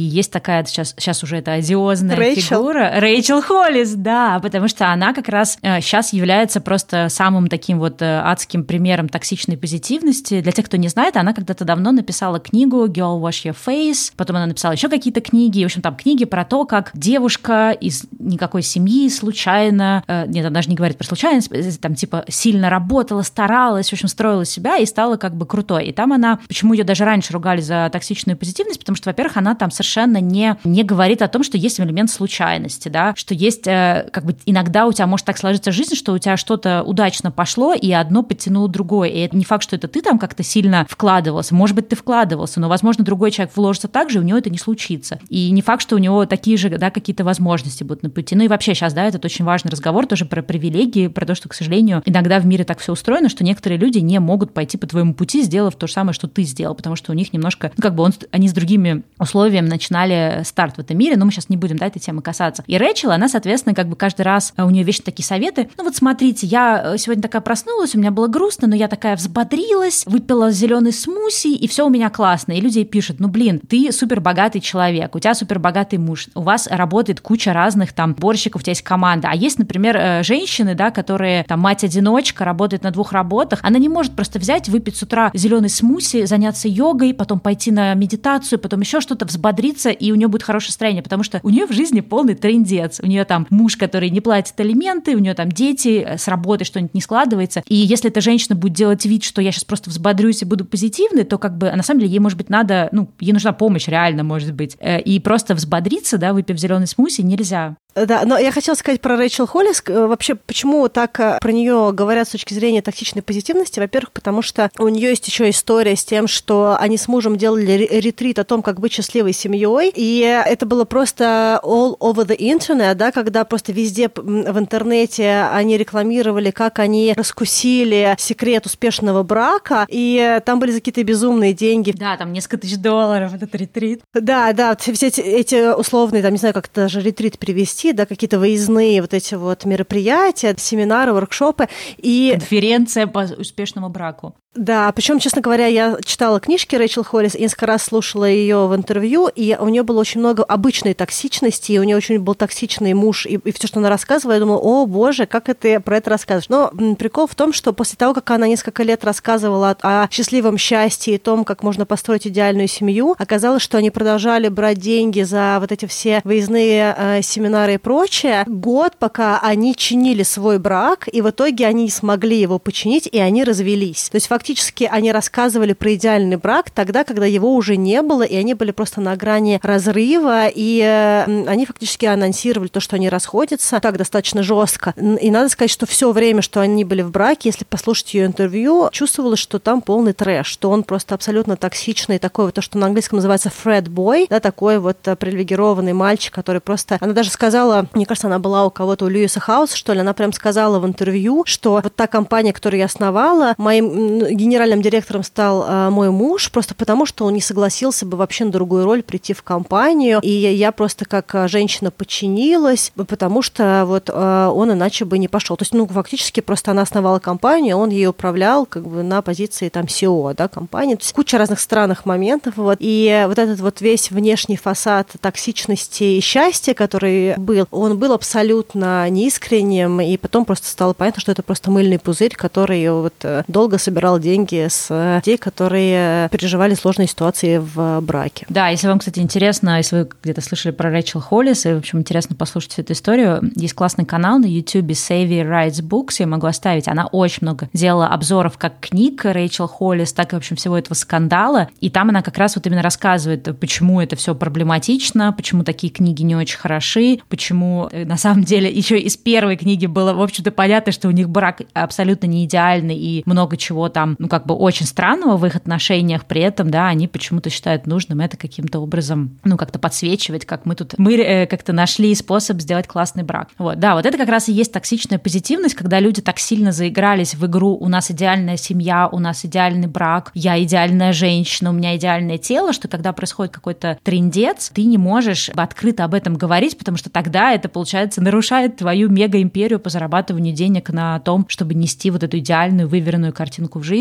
какая-то сейчас, сейчас уже это одиозная Рэйчел. фигура. Рэйчел Холлис, да, потому что она как раз сейчас является просто самым таким вот адским примером токсичной позитивности. Для тех, кто не знает, она когда-то давно написала книгу «Girl, Wash Your Face», потом она написала еще какие-то книги, в общем, там книги про то, как девушка из никакой семьи случайно, э, нет, она даже не говорит про случайность, там типа сильно работала, старалась, в общем, строила себя и стала как бы крутой. И там она, почему ее даже раньше ругали за токсичную позитивность, потому что, во-первых, она там совершенно не, не говорит о том, что есть элемент случайности, да, что есть, э, как бы иногда у тебя может так сложиться жизнь, что у тебя что-то удачно пошло, и одно подтянуло другое. И это не факт, что это ты там как-то сильно вкладывался. Может быть, ты вкладывался, но, возможно, другой человек вложится так же, и у него это не случится. И не факт, что у него такие же, да, какие-то возможности будут на пути. Ну и вообще сейчас, да, этот очень важный разговор тоже про привилегии, про то, что, к сожалению, иногда в мире так все устроено, что некоторые люди не могут пойти по твоему пути, сделав то же самое, что ты сделал, потому что у них немножко, ну как бы он, они с другими условиями начинали старт в этом мире, но мы сейчас не будем, да, этой темы касаться. И Рэйчел, она, соответственно, как бы каждый раз, у нее вечно такие советы. Ну вот смотрите, я сегодня такая проснулась, у меня было грустно, но я такая взбодрилась, выпила зеленый смуси, и все у меня классно. И люди ей пишут: ну блин, ты супер богатый человек, у тебя супер богатый муж, у вас работает куча разных там борщиков, у тебя есть команда. А есть, например, женщины, да, которые там мать-одиночка, работает на двух работах, она не может просто взять, выпить с утра зеленый смуси, заняться йогой, потом пойти на медитацию, потом еще что-то, взбодриться, и у нее будет хорошее настроение, потому что у нее в жизни полный трындец. У нее там муж, который не платит алименты, у нее там дети, с работы что-нибудь не складывается. И если эта женщина будет делать вид, что я сейчас просто взбодрюсь и буду позитивной, то как бы, а на самом деле ей, может быть, надо, ну, ей нужна помощь реально, может быть. И просто взбодриться, да, выпив зеленый смуси, нельзя. Да, но я хотела сказать про Рэйчел Холлис. Вообще, почему так про нее говорят с точки зрения токсичной позитивности? Во-первых, потому что у нее есть еще история с тем, что они с мужем делали ретрит о том, как быть счастливой семьей, и это было просто all over the internet, да, когда просто везде в интернете они рекламировали, как они раскусили секрет успешного брака, и там были какие-то безумные деньги. Да, там несколько тысяч долларов этот ретрит. Да, да, все эти, эти условные, там, не знаю, как даже ретрит перевести, да, какие-то выездные вот эти вот мероприятия, семинары, воркшопы. И... Конференция по успешному браку. Да, причем, честно говоря, я читала книжки Рэйчел Холлис, и несколько раз слушала ее в интервью, и у нее было очень много обычной токсичности, и у нее очень был токсичный муж, и, и все, что она рассказывала, я думала: о, боже, как это про это рассказываешь. Но прикол в том, что после того, как она несколько лет рассказывала о, о счастливом счастье и том, как можно построить идеальную семью, оказалось, что они продолжали брать деньги за вот эти все выездные э, семинары и прочее год, пока они чинили свой брак, и в итоге они не смогли его починить, и они развелись. То есть фактически они рассказывали про идеальный брак тогда, когда его уже не было, и они были просто на грани разрыва, и э, они фактически анонсировали то, что они расходятся, так достаточно жестко. И надо сказать, что все время, что они были в браке, если послушать ее интервью, чувствовалось, что там полный трэш, что он просто абсолютно токсичный, такой вот, то, что на английском называется frat boy, да, такой вот привилегированный мальчик, который просто... Она даже сказала, мне кажется, она была у кого-то, у Льюиса Хауса, что ли, она прям сказала в интервью, что вот та компания, которую я основала, моим генеральным директором стал э, мой муж, просто потому, что он не согласился бы вообще на другую роль прийти в компанию, и я просто как женщина подчинилась, потому что вот э, он иначе бы не пошел. То есть, ну, фактически просто она основала компанию, он ее управлял как бы на позиции там си и о, да, компании. То есть куча разных странных моментов, вот. И вот этот вот весь внешний фасад токсичности и счастья, который был, он был абсолютно неискренним, и потом просто стало понятно, что это просто мыльный пузырь, который вот долго собирал деньги с людей, которые переживали сложные ситуации в браке. Да, если вам, кстати, интересно, если вы где-то слышали про Рэйчел Холлис, и, в общем, интересно послушать всю эту историю, есть классный канал на YouTube Savvy Writes Books, я могу оставить. Она очень много делала обзоров как книг Рэйчел Холлис, так и, в общем, всего этого скандала. И там она как раз вот именно рассказывает, почему это все проблематично, почему такие книги не очень хороши, почему, на самом деле, еще из первой книги было, в общем-то, понятно, что у них брак абсолютно не идеальный и много чего там, ну, как бы очень странного в их отношениях, при этом, да, они почему-то считают нужным это каким-то образом, ну, как-то подсвечивать, как мы тут, мы э, как-то нашли способ сделать классный брак. Вот, да, вот это как раз и есть токсичная позитивность, когда люди так сильно заигрались в игру: у нас идеальная семья, у нас идеальный брак, я идеальная женщина, у меня идеальное тело, что когда происходит какой-то трындец, ты не можешь открыто об этом говорить, потому что тогда это, получается, нарушает твою мега-империю по зарабатыванию денег на том, чтобы нести вот эту идеальную, выверенную картинку в жизнь.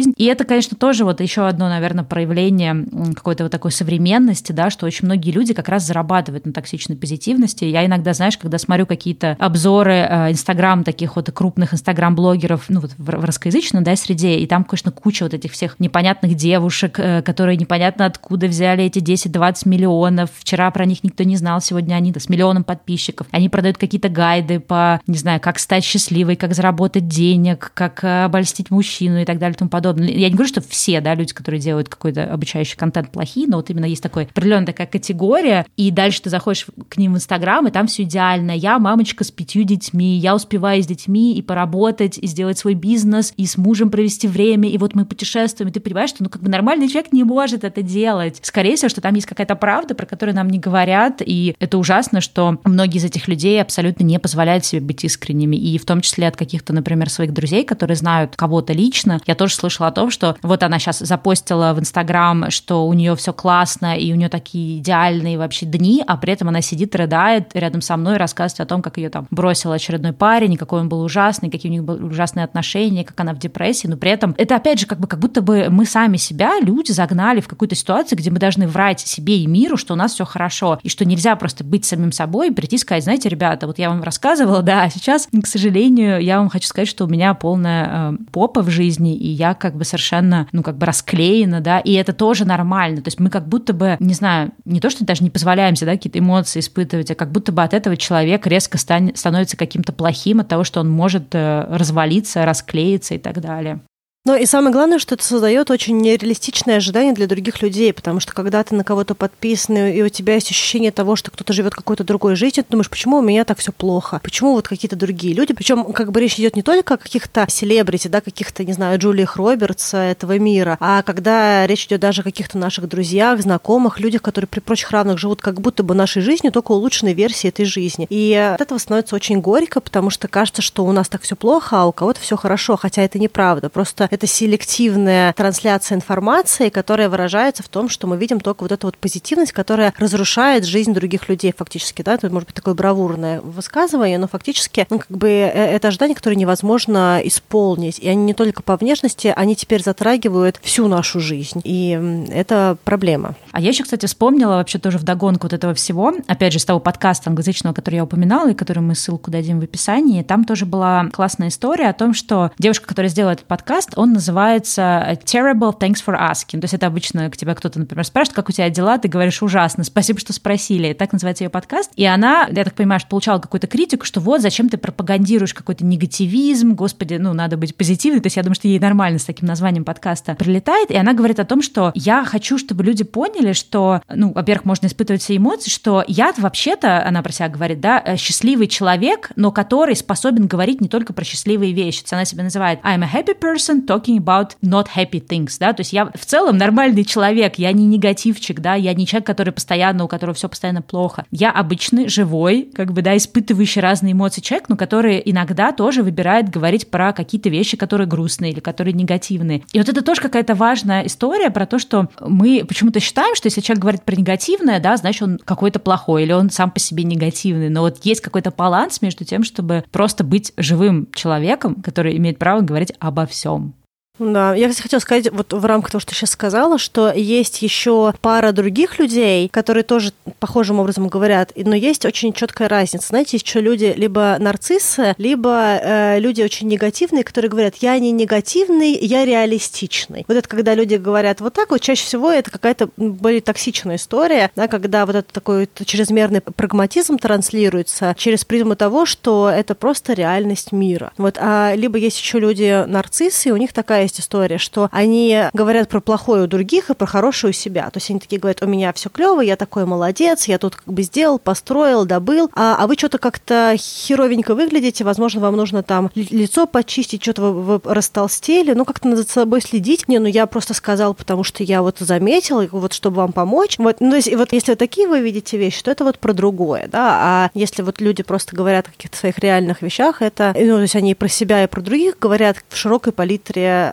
жизнь. И это, конечно, тоже вот еще одно, наверное, проявление какой-то вот такой современности, да, что очень многие люди как раз зарабатывают на токсичной позитивности. Я иногда, знаешь, когда смотрю какие-то обзоры Инстаграм, таких вот крупных Инстаграм-блогеров, ну вот в русскоязычной, да, среде, и там, конечно, куча вот этих всех непонятных девушек, которые непонятно откуда взяли эти десять-двадцать миллионов. Вчера про них никто не знал, сегодня они с миллионом подписчиков. Они продают какие-то гайды по, не знаю, как стать счастливой, как заработать денег, как обольстить мужчину и так далее и тому подобное. Я не говорю, что все, да, люди, которые делают какой-то обучающий контент, плохие, но вот именно есть такой определенная такая категория, и дальше ты заходишь к ним в Инстаграм, и там все идеально. Я мамочка с пятью детьми, я успеваю с детьми и поработать, и сделать свой бизнес, и с мужем провести время, и вот мы путешествуем, и ты понимаешь, что ну как бы нормальный человек не может это делать. Скорее всего, что там есть какая-то правда, про которую нам не говорят, и это ужасно, что многие из этих людей абсолютно не позволяют себе быть искренними, и в том числе от каких-то, например, своих друзей, которые знают кого-то лично. Я тоже слышала о том, что вот она сейчас запостила в Инстаграм, что у нее все классно, и у нее такие идеальные вообще дни, а при этом она сидит, рыдает рядом со мной, рассказывает о том, как ее там бросил очередной парень, какой он был ужасный, какие у них были ужасные отношения, как она в депрессии, но при этом это опять же как бы как будто бы мы сами себя, люди, загнали в какую-то ситуацию, где мы должны врать себе и миру, что у нас все хорошо, и что нельзя просто быть самим собой и прийти и сказать, знаете, ребята, вот я вам рассказывала, да, а сейчас, к сожалению, я вам хочу сказать, что у меня полная э, попа в жизни, и я как бы совершенно, ну, как бы расклеена, да, и это тоже нормально, то есть мы как будто бы, не знаю, не то, что даже не позволяем себе, да, какие-то эмоции испытывать, а как будто бы от этого человек резко стань, становится каким-то плохим от того, что он может э, развалиться, расклеиться и так далее. Ну и самое главное, что это создает очень нереалистичное ожидание для других людей, потому что когда ты на кого-то подписан, и у тебя есть ощущение того, что кто-то живет какой-то другой жизнью, ты думаешь, почему у меня так все плохо? Почему вот какие-то другие люди? Причем как бы речь идет не только о каких-то селебрити, да, каких-то, не знаю, Джулиях Робертс этого мира, а когда речь идет даже о каких-то наших друзьях, знакомых, людях, которые при прочих равных живут как будто бы нашей жизнью, только улучшенной версией этой жизни. И от этого становится очень горько, потому что кажется, что у нас так все плохо, а у кого-то все хорошо, хотя это неправда. Просто это селективная трансляция информации, которая выражается в том, что мы видим только вот эту вот позитивность, которая разрушает жизнь других людей фактически, да, это может быть такое бравурное высказывание, но фактически, ну, как бы это ожидание, которое невозможно исполнить, и они не только по внешности, они теперь затрагивают всю нашу жизнь, и это проблема. А я еще, кстати, вспомнила вообще тоже вдогонку вот этого всего, опять же, с того подкаста англоязычного, который я упоминала, и который мы ссылку дадим в описании, там тоже была классная история о том, что девушка, которая сделала этот подкаст, он называется Terrible, thanks for asking. То есть это обычно к тебе кто-то, например, спрашивает, как у тебя дела, ты говоришь ужасно, спасибо, что спросили. Так называется ее подкаст. И она, я так понимаю, получала какую-то критику, что вот, зачем ты пропагандируешь какой-то негативизм, господи, ну, надо быть позитивной. То есть я думаю, что ей нормально с таким названием подкаста прилетает. И она говорит о том, что я хочу, чтобы люди поняли, что, ну, во-первых, можно испытывать все эмоции, что я вообще-то, она про себя говорит, да, счастливый человек, но который способен говорить не только про счастливые вещи. То есть она себя называет I'm a happy person talking about not happy things, да, то есть я в целом нормальный человек, я не негативчик, да, я не человек, который постоянно, у которого все постоянно плохо. Я обычный, живой, как бы, да, испытывающий разные эмоции человек, но который иногда тоже выбирает говорить про какие-то вещи, которые грустные или которые негативные. И вот это тоже какая-то важная история про то, что мы почему-то считаем, что если человек говорит про негативное, да, значит, он какой-то плохой или он сам по себе негативный. Но вот есть какой-то баланс между тем, чтобы просто быть живым человеком, который имеет право говорить обо всем. Да, я, кстати, хотела сказать, вот в рамках того, что ты сейчас сказала, что есть еще пара других людей, которые тоже похожим образом говорят, но есть очень четкая разница. Знаете, есть еще люди либо нарциссы, либо э, люди очень негативные, которые говорят, я не негативный, я реалистичный. Вот это когда люди говорят вот так, вот чаще всего это какая-то более токсичная история, да, когда вот этот такой чрезмерный прагматизм транслируется через призму того, что это просто реальность мира. Вот, а либо есть еще люди нарциссы, и у них такая есть история, что они говорят про плохое у других и про хорошее у себя. То есть они такие говорят, у меня все клево, я такой молодец, я тут как бы сделал, построил, добыл, а, а вы что-то как-то херовенько выглядите, возможно, вам нужно там лицо почистить, что-то вы, вы растолстели, ну как-то надо за собой следить. Не, ну я просто сказал, потому что я вот заметила, вот чтобы вам помочь. Вот, ну, то есть, вот если вот такие вы видите вещи, то это вот про другое, да, а если вот люди просто говорят о каких-то своих реальных вещах, это, ну, то есть они и про себя, и про других говорят в широкой палитре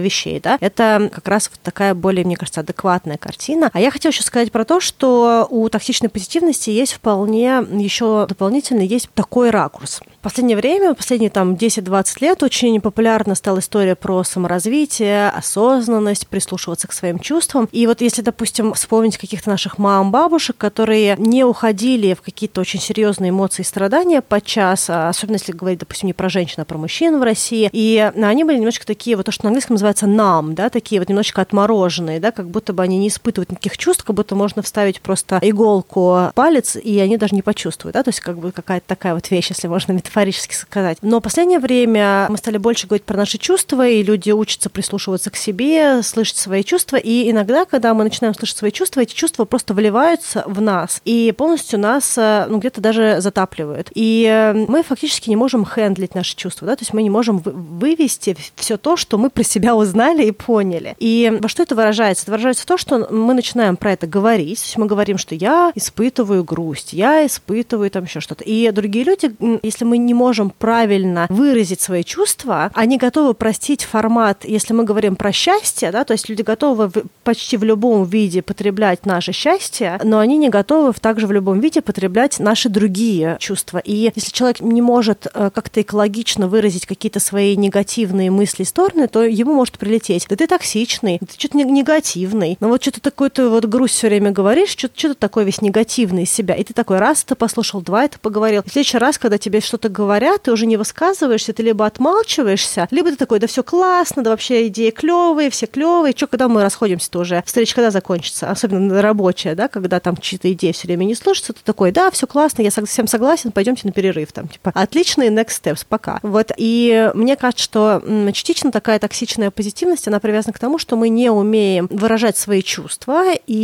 вещей, да, это как раз вот такая более, мне кажется, адекватная картина. А я хотела еще сказать про то, что у токсичной позитивности есть вполне еще дополнительно есть такой ракурс. В последнее время, в последние там десять-двадцать лет очень популярна стала история про саморазвитие, осознанность, прислушиваться к своим чувствам. И вот если, допустим, вспомнить каких-то наших мам, бабушек, которые не уходили в какие-то очень серьезные эмоции и страдания подчас, особенно если говорить, допустим, не про женщин, а про мужчин в России, и они были немножко такие, вот то, что на английском называется numb, да, такие вот немножечко отмороженные, да, как будто бы они не испытывают никаких чувств, как будто можно вставить просто иголку в палец, и они даже не почувствуют, да, то есть как бы какая-то такая вот вещь, если можно метафорически сказать. Но в последнее время мы стали больше говорить про наши чувства, и люди учатся прислушиваться к себе, слышать свои чувства, и иногда, когда мы начинаем слышать свои чувства, эти чувства просто вливаются в нас, и полностью нас, ну, где-то даже затапливают. И мы фактически не можем хендлить наши чувства, да, то есть мы не можем вывести все то, что мы про себя узнали и поняли. И во что это выражается? Это выражается в том, что мы начинаем про это говорить, то есть мы говорим, что я испытываю грусть, я испытываю там еще что-то. И другие люди, если мы не можем правильно выразить свои чувства, они готовы простить формат, если мы говорим про счастье, да, то есть люди готовы в, почти в любом виде потреблять наше счастье, но они не готовы также в любом виде потреблять наши другие чувства. И если человек не может как-то экологично выразить какие-то свои негативные мысли и стороны, то ему может прилететь: да ты токсичный, да ты что-то негативный, ну вот что-то такое, ты вот грусть все время говоришь, что-то, что-то такое весь негативный из себя. И ты такой: раз это послушал, два это поговорил. И в следующий раз, когда тебе что-то говорят, ты уже не высказываешься, ты либо отмалчиваешься, либо ты такой: да все классно, да вообще идеи клевые, все клевые. Что, когда мы расходимся-то уже? Встреча когда закончится? Особенно рабочая, да, когда там чьи-то идеи все время не слушаются, ты такой: да, все классно, я совсем согласен, пойдемте на перерыв. Там, типа, отличный next steps, пока. Вот, и мне кажется, что частично такая токсичная позитивность, она привязана к тому, что мы не умеем выражать свои чувства,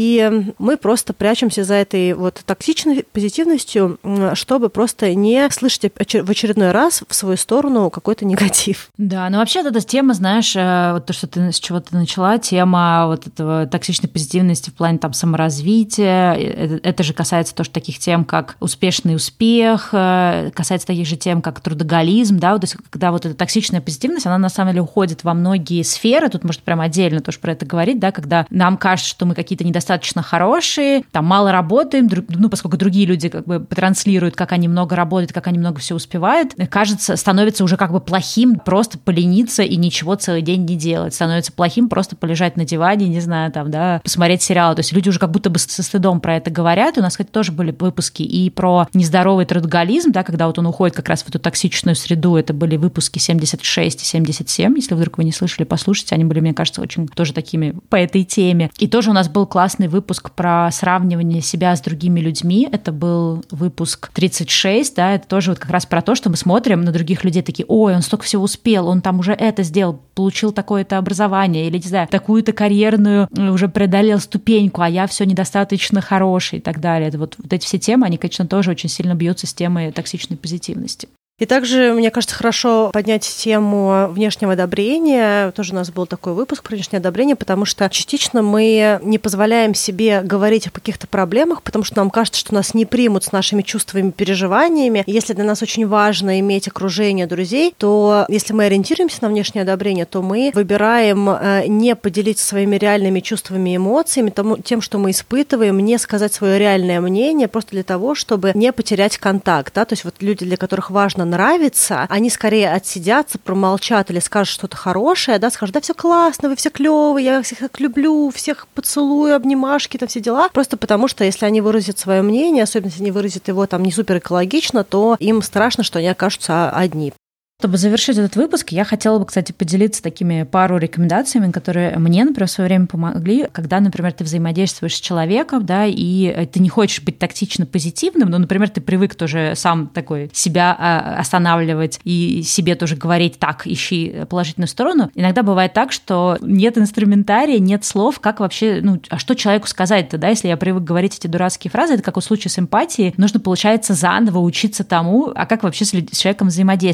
и мы просто прячемся за этой вот токсичной позитивностью, чтобы просто не слышать в очередной раз в свою сторону какой-то негатив. Да, ну вообще эта тема, знаешь, вот то, что ты с чего ты начала, тема вот этого токсичной позитивности в плане там саморазвития, это, это же касается тоже таких тем, как успешный успех, касается таких же тем, как трудоголизм, да, вот, то есть когда вот эта токсичная позитивность, она на самом деле уходит во многие сферы, тут может прям отдельно тоже про это говорить, да, когда нам кажется, что мы какие-то недостаточно хорошие, там мало работаем, ну, поскольку другие люди как бы транслируют, как они много работают, как они много всего успевают, кажется, становится уже как бы плохим просто полениться и ничего целый день не делать, становится плохим просто полежать на диване, не знаю, там, да, посмотреть сериалы, то есть люди уже как будто бы со стыдом про это говорят, у нас, кстати, тоже были выпуски и про нездоровый трудоголизм, да, когда вот он уходит как раз в эту токсичную среду, это были выпуски семьдесят шесть и семьдесят семь, если вдруг вы не слышали, послушайте, они были, мне кажется, очень тоже такими по этой теме. И тоже у нас был классный выпуск про сравнивание себя с другими людьми, это был выпуск тридцать шесть, да, это тоже вот как раз про то, что мы смотрим на других людей такие: ой, он столько всего успел, он там уже это сделал, получил такое-то образование, или, не знаю, такую-то карьерную уже преодолел ступеньку, а я все недостаточно хороший и так далее. Это вот, вот эти все темы, они, конечно, тоже очень сильно бьются с темой токсичной позитивности. И также, мне кажется, хорошо поднять тему внешнего одобрения. Тоже у нас был такой выпуск про внешнее одобрение, потому что частично мы не позволяем себе говорить о каких-то проблемах, потому что нам кажется, что нас не примут с нашими чувствами, переживаниями. И если для нас очень важно иметь окружение друзей, то если мы ориентируемся на внешнее одобрение, то мы выбираем не поделиться своими реальными чувствами и эмоциями, тем, что мы испытываем, не сказать свое реальное мнение, просто для того, чтобы не потерять контакт. Да? То есть вот люди, для которых важно нравится, они скорее отсидятся, промолчат или скажут что-то хорошее, да, скажут: да, все классно, вы все клевые, я всех так люблю, всех поцелую, обнимашки, там все дела. Просто потому что если они выразят свое мнение, особенно если они выразят его там не супер экологично, то им страшно, что они окажутся одни. Чтобы завершить этот выпуск, я хотела бы, кстати, поделиться такими пару рекомендациями, которые мне, например, в свое время помогли, когда, например, ты взаимодействуешь с человеком, да, и ты не хочешь быть токсично позитивным, но, например, ты привык тоже сам такой себя останавливать и себе тоже говорить: так, ищи положительную сторону. Иногда бывает так, что нет инструментария, нет слов, как вообще, ну, а что человеку сказать-то, да, если я привык говорить эти дурацкие фразы, это как в случае с эмпатией, нужно, получается, заново учиться тому, а как вообще с человеком взаимодействовать. Я нашла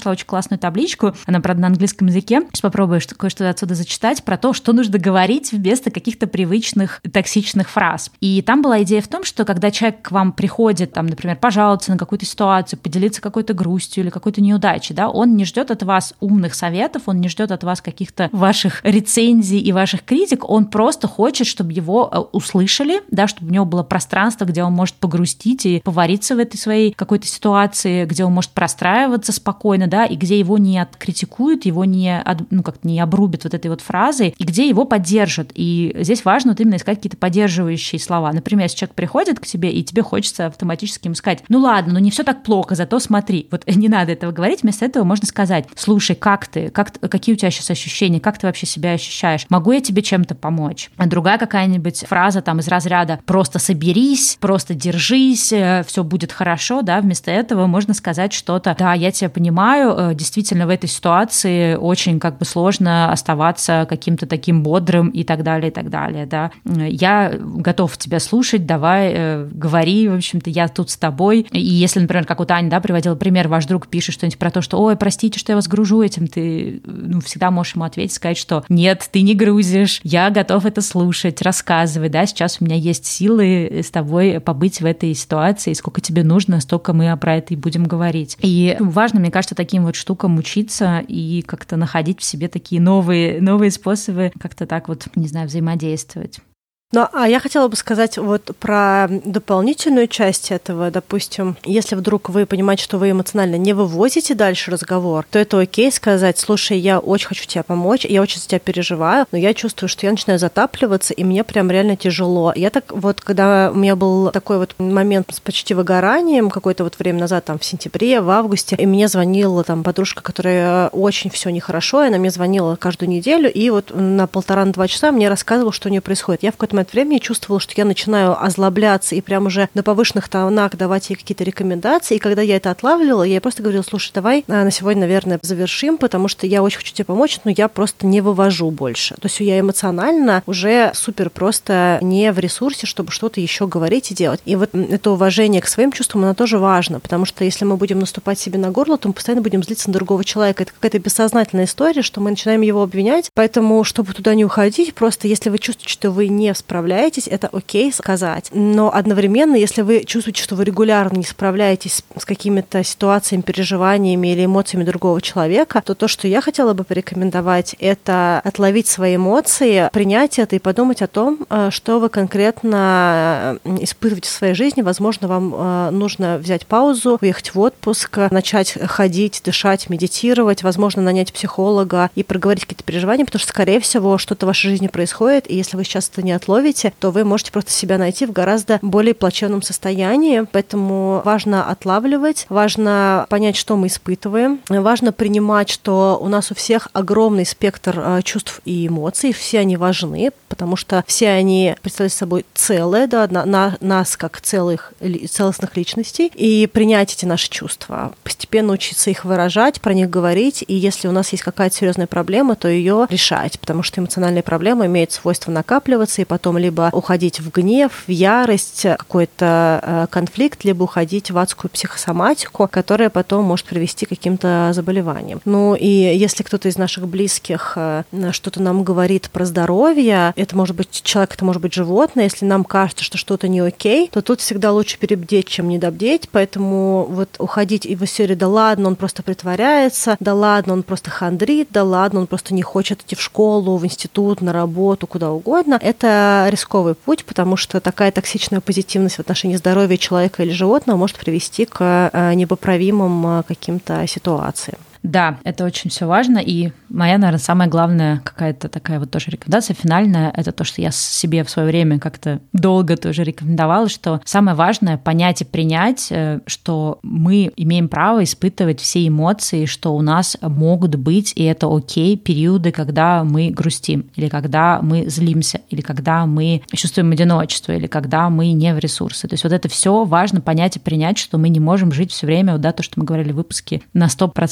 нашла очень классную табличку, она, правда, на английском языке. Сейчас попробую кое-что отсюда зачитать про то, что нужно говорить вместо каких-то привычных токсичных фраз. И там была идея в том, что когда человек к вам приходит, там, например, пожаловаться на какую-то ситуацию, поделиться какой-то грустью или какой-то неудачей, да, он не ждет от вас умных советов, он не ждет от вас каких-то ваших рецензий и ваших критик, он просто хочет, чтобы его услышали, да, чтобы у него было пространство, где он может погрустить и повариться в этой своей какой-то ситуации, где он может простраиваться спокойно, да, и где его не откритикуют, его не, ну, как-то не обрубят вот этой вот фразой, и где его поддержат. И здесь важно вот именно искать какие-то поддерживающие слова. Например, если человек приходит к тебе, и тебе хочется автоматически ему сказать: ну ладно, ну не все так плохо, зато смотри. Вот не надо этого говорить, вместо этого можно сказать: слушай, как ты, как, какие у тебя сейчас ощущения, как ты вообще себя ощущаешь, могу я тебе чем-то помочь? А другая какая-нибудь фраза там из разряда: просто соберись, просто держись, все будет хорошо, да, вместо этого можно сказать что-то: да, я тебя понимаю, действительно в этой ситуации очень как бы сложно оставаться каким-то таким бодрым и так далее, и так далее, да. Я готов тебя слушать, давай, э, говори, в общем-то, я тут с тобой. И если, например, как у Тани, да, приводила пример, ваш друг пишет что-нибудь про то, что: ой, простите, что я вас гружу этим, ты, ну, всегда можешь ему ответить, сказать, что нет, ты не грузишь, я готов это слушать, рассказывай, да, сейчас у меня есть силы с тобой побыть в этой ситуации, сколько тебе нужно, столько мы про это и будем говорить. И важно, мне кажется, таким вот штукам учиться и как-то находить в себе такие новые, новые способы как-то так вот, не знаю, взаимодействовать. Ну, а я хотела бы сказать вот про дополнительную часть этого. Допустим, если вдруг вы понимаете, что вы эмоционально не вывозите дальше разговор, то это окей сказать: слушай, я очень хочу тебе помочь, я очень за тебя переживаю, но я чувствую, что я начинаю затапливаться, и мне прям реально тяжело. Я так вот, когда у меня был такой вот момент с почти выгоранием какое-то вот время назад, там в сентябре, в августе, и мне звонила там подружка, которая очень все нехорошо, и она мне звонила каждую неделю, и вот на полтора-два часа мне рассказывала, что у нее происходит. Я в какой-то момент времени чувствовала, что я начинаю озлобляться и прям уже на повышенных тонах давать ей какие-то рекомендации. И когда я это отлавливала, я ей просто говорила: слушай, давай на сегодня, наверное, завершим, потому что я очень хочу тебе помочь, но я просто не вывожу больше. То есть я эмоционально уже супер просто не в ресурсе, чтобы что-то еще говорить и делать. И вот это уважение к своим чувствам, оно тоже важно, потому что если мы будем наступать себе на горло, то мы постоянно будем злиться на другого человека. Это какая-то бессознательная история, что мы начинаем его обвинять. Поэтому, чтобы туда не уходить, просто если вы чувствуете, что вы не справляетесь, это окей сказать. Но одновременно, если вы чувствуете, что вы регулярно не справляетесь с какими-то ситуациями, переживаниями или эмоциями другого человека, то то, что я хотела бы порекомендовать, это отловить свои эмоции, принять это и подумать о том, что вы конкретно испытываете в своей жизни. Возможно, вам нужно взять паузу, уехать в отпуск, начать ходить, дышать, медитировать, возможно, нанять психолога и проговорить какие-то переживания, потому что, скорее всего, что-то в вашей жизни происходит, и если вы сейчас это не отловите, то вы можете просто себя найти в гораздо более плачевном состоянии. Поэтому важно отлавливать, важно понять, что мы испытываем, важно принимать, что у нас у всех огромный спектр чувств и эмоций, все они важны, потому что все они представляют собой целое, да, на, на, нас как целых, целостных личностей, и принять эти наши чувства, постепенно учиться их выражать, про них говорить, и если у нас есть какая-то серьезная проблема, то ее решать, потому что эмоциональные проблемы имеют свойство накапливаться и потом либо уходить в гнев, в ярость, какой-то конфликт, либо уходить в адскую психосоматику, которая потом может привести к каким-то заболеваниям. Ну и если кто-то из наших близких что-то нам говорит про здоровье, это может быть человек, это может быть животное, если нам кажется, что что-то не окей, то тут всегда лучше перебдеть, чем недобдеть, поэтому вот уходить и в серию: да ладно, он просто притворяется, да ладно, он просто хандрит, да ладно, он просто не хочет идти в школу, в институт, на работу, куда угодно, это рисковый путь, потому что такая токсичная позитивность в отношении здоровья человека или животного может привести к непоправимым каким-то ситуациям. Да, это очень все важно, и моя, наверное, самая главная какая-то такая вот тоже рекомендация финальная, это то, что я себе в свое время как-то долго тоже рекомендовала, что самое важное — понять и принять, что мы имеем право испытывать все эмоции, что у нас могут быть, и это окей, периоды, когда мы грустим, или когда мы злимся, или когда мы чувствуем одиночество, или когда мы не в ресурсе. То есть вот это все важно понять и принять, что мы не можем жить все время, да, то, что мы говорили в выпуске, на сто процентов в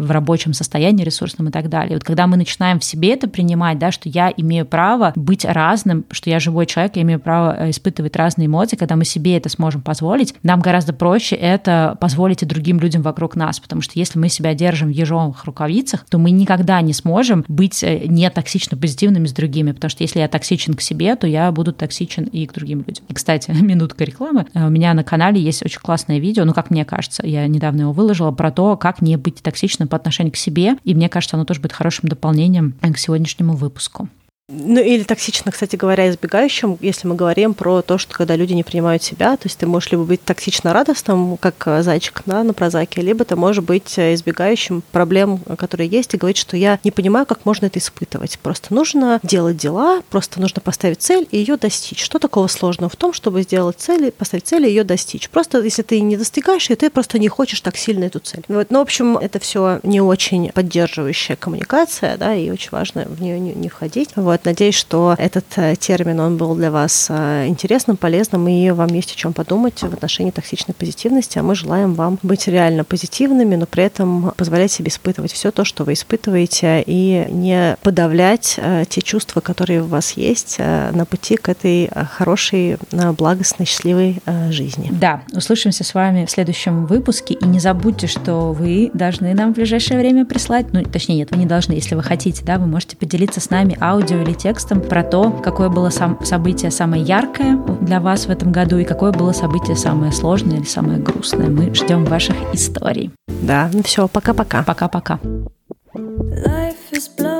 в рабочем состоянии ресурсном и так далее. И вот когда мы начинаем в себе это принимать, да, что я имею право быть разным, что я живой человек, я имею право испытывать разные эмоции, когда мы себе это сможем позволить, нам гораздо проще это позволить и другим людям вокруг нас, потому что если мы себя держим в ежовых рукавицах, то мы никогда не сможем быть не токсично позитивными с другими, потому что если я токсичен к себе, то я буду токсичен и к другим людям. И, кстати, минутка рекламы. У меня на канале есть очень классное видео, ну, как мне кажется, я недавно его выложила, про то, как не быть токсичным по отношению к себе, и мне кажется, оно тоже будет хорошим дополнением к сегодняшнему выпуску. Ну, или токсично, кстати говоря, избегающим, если мы говорим про то, что когда люди не принимают себя, то есть ты можешь либо быть токсично радостным, как зайчик, да, на прозаке, либо ты можешь быть избегающим проблем, которые есть, и говорить, что я не понимаю, как можно это испытывать. Просто нужно делать дела, просто нужно поставить цель и ее достичь. Что такого сложного в том, чтобы сделать цель, поставить цель и ее достичь? Просто если ты не достигаешь ее, ты просто не хочешь так сильно эту цель. Вот. Ну, в общем, это все не очень поддерживающая коммуникация, да, и очень важно в нее не, не входить. Вот. Надеюсь, что этот термин, он был для вас интересным, полезным, и вам есть о чем подумать в отношении токсичной позитивности. А мы желаем вам быть реально позитивными, но при этом позволять себе испытывать все то, что вы испытываете, и не подавлять те чувства, которые у вас есть на пути к этой хорошей, благостной, счастливой жизни. Да, услышимся с вами в следующем выпуске. И не забудьте, что вы должны нам в ближайшее время прислать, ну, точнее, нет, вы не должны, если вы хотите, да, вы можете поделиться с нами аудио или текстом про то, какое было сам, событие самое яркое для вас в этом году и какое было событие самое сложное или самое грустное. Мы ждем ваших историй. Да, ну все, пока-пока. Пока-пока. Life is blood.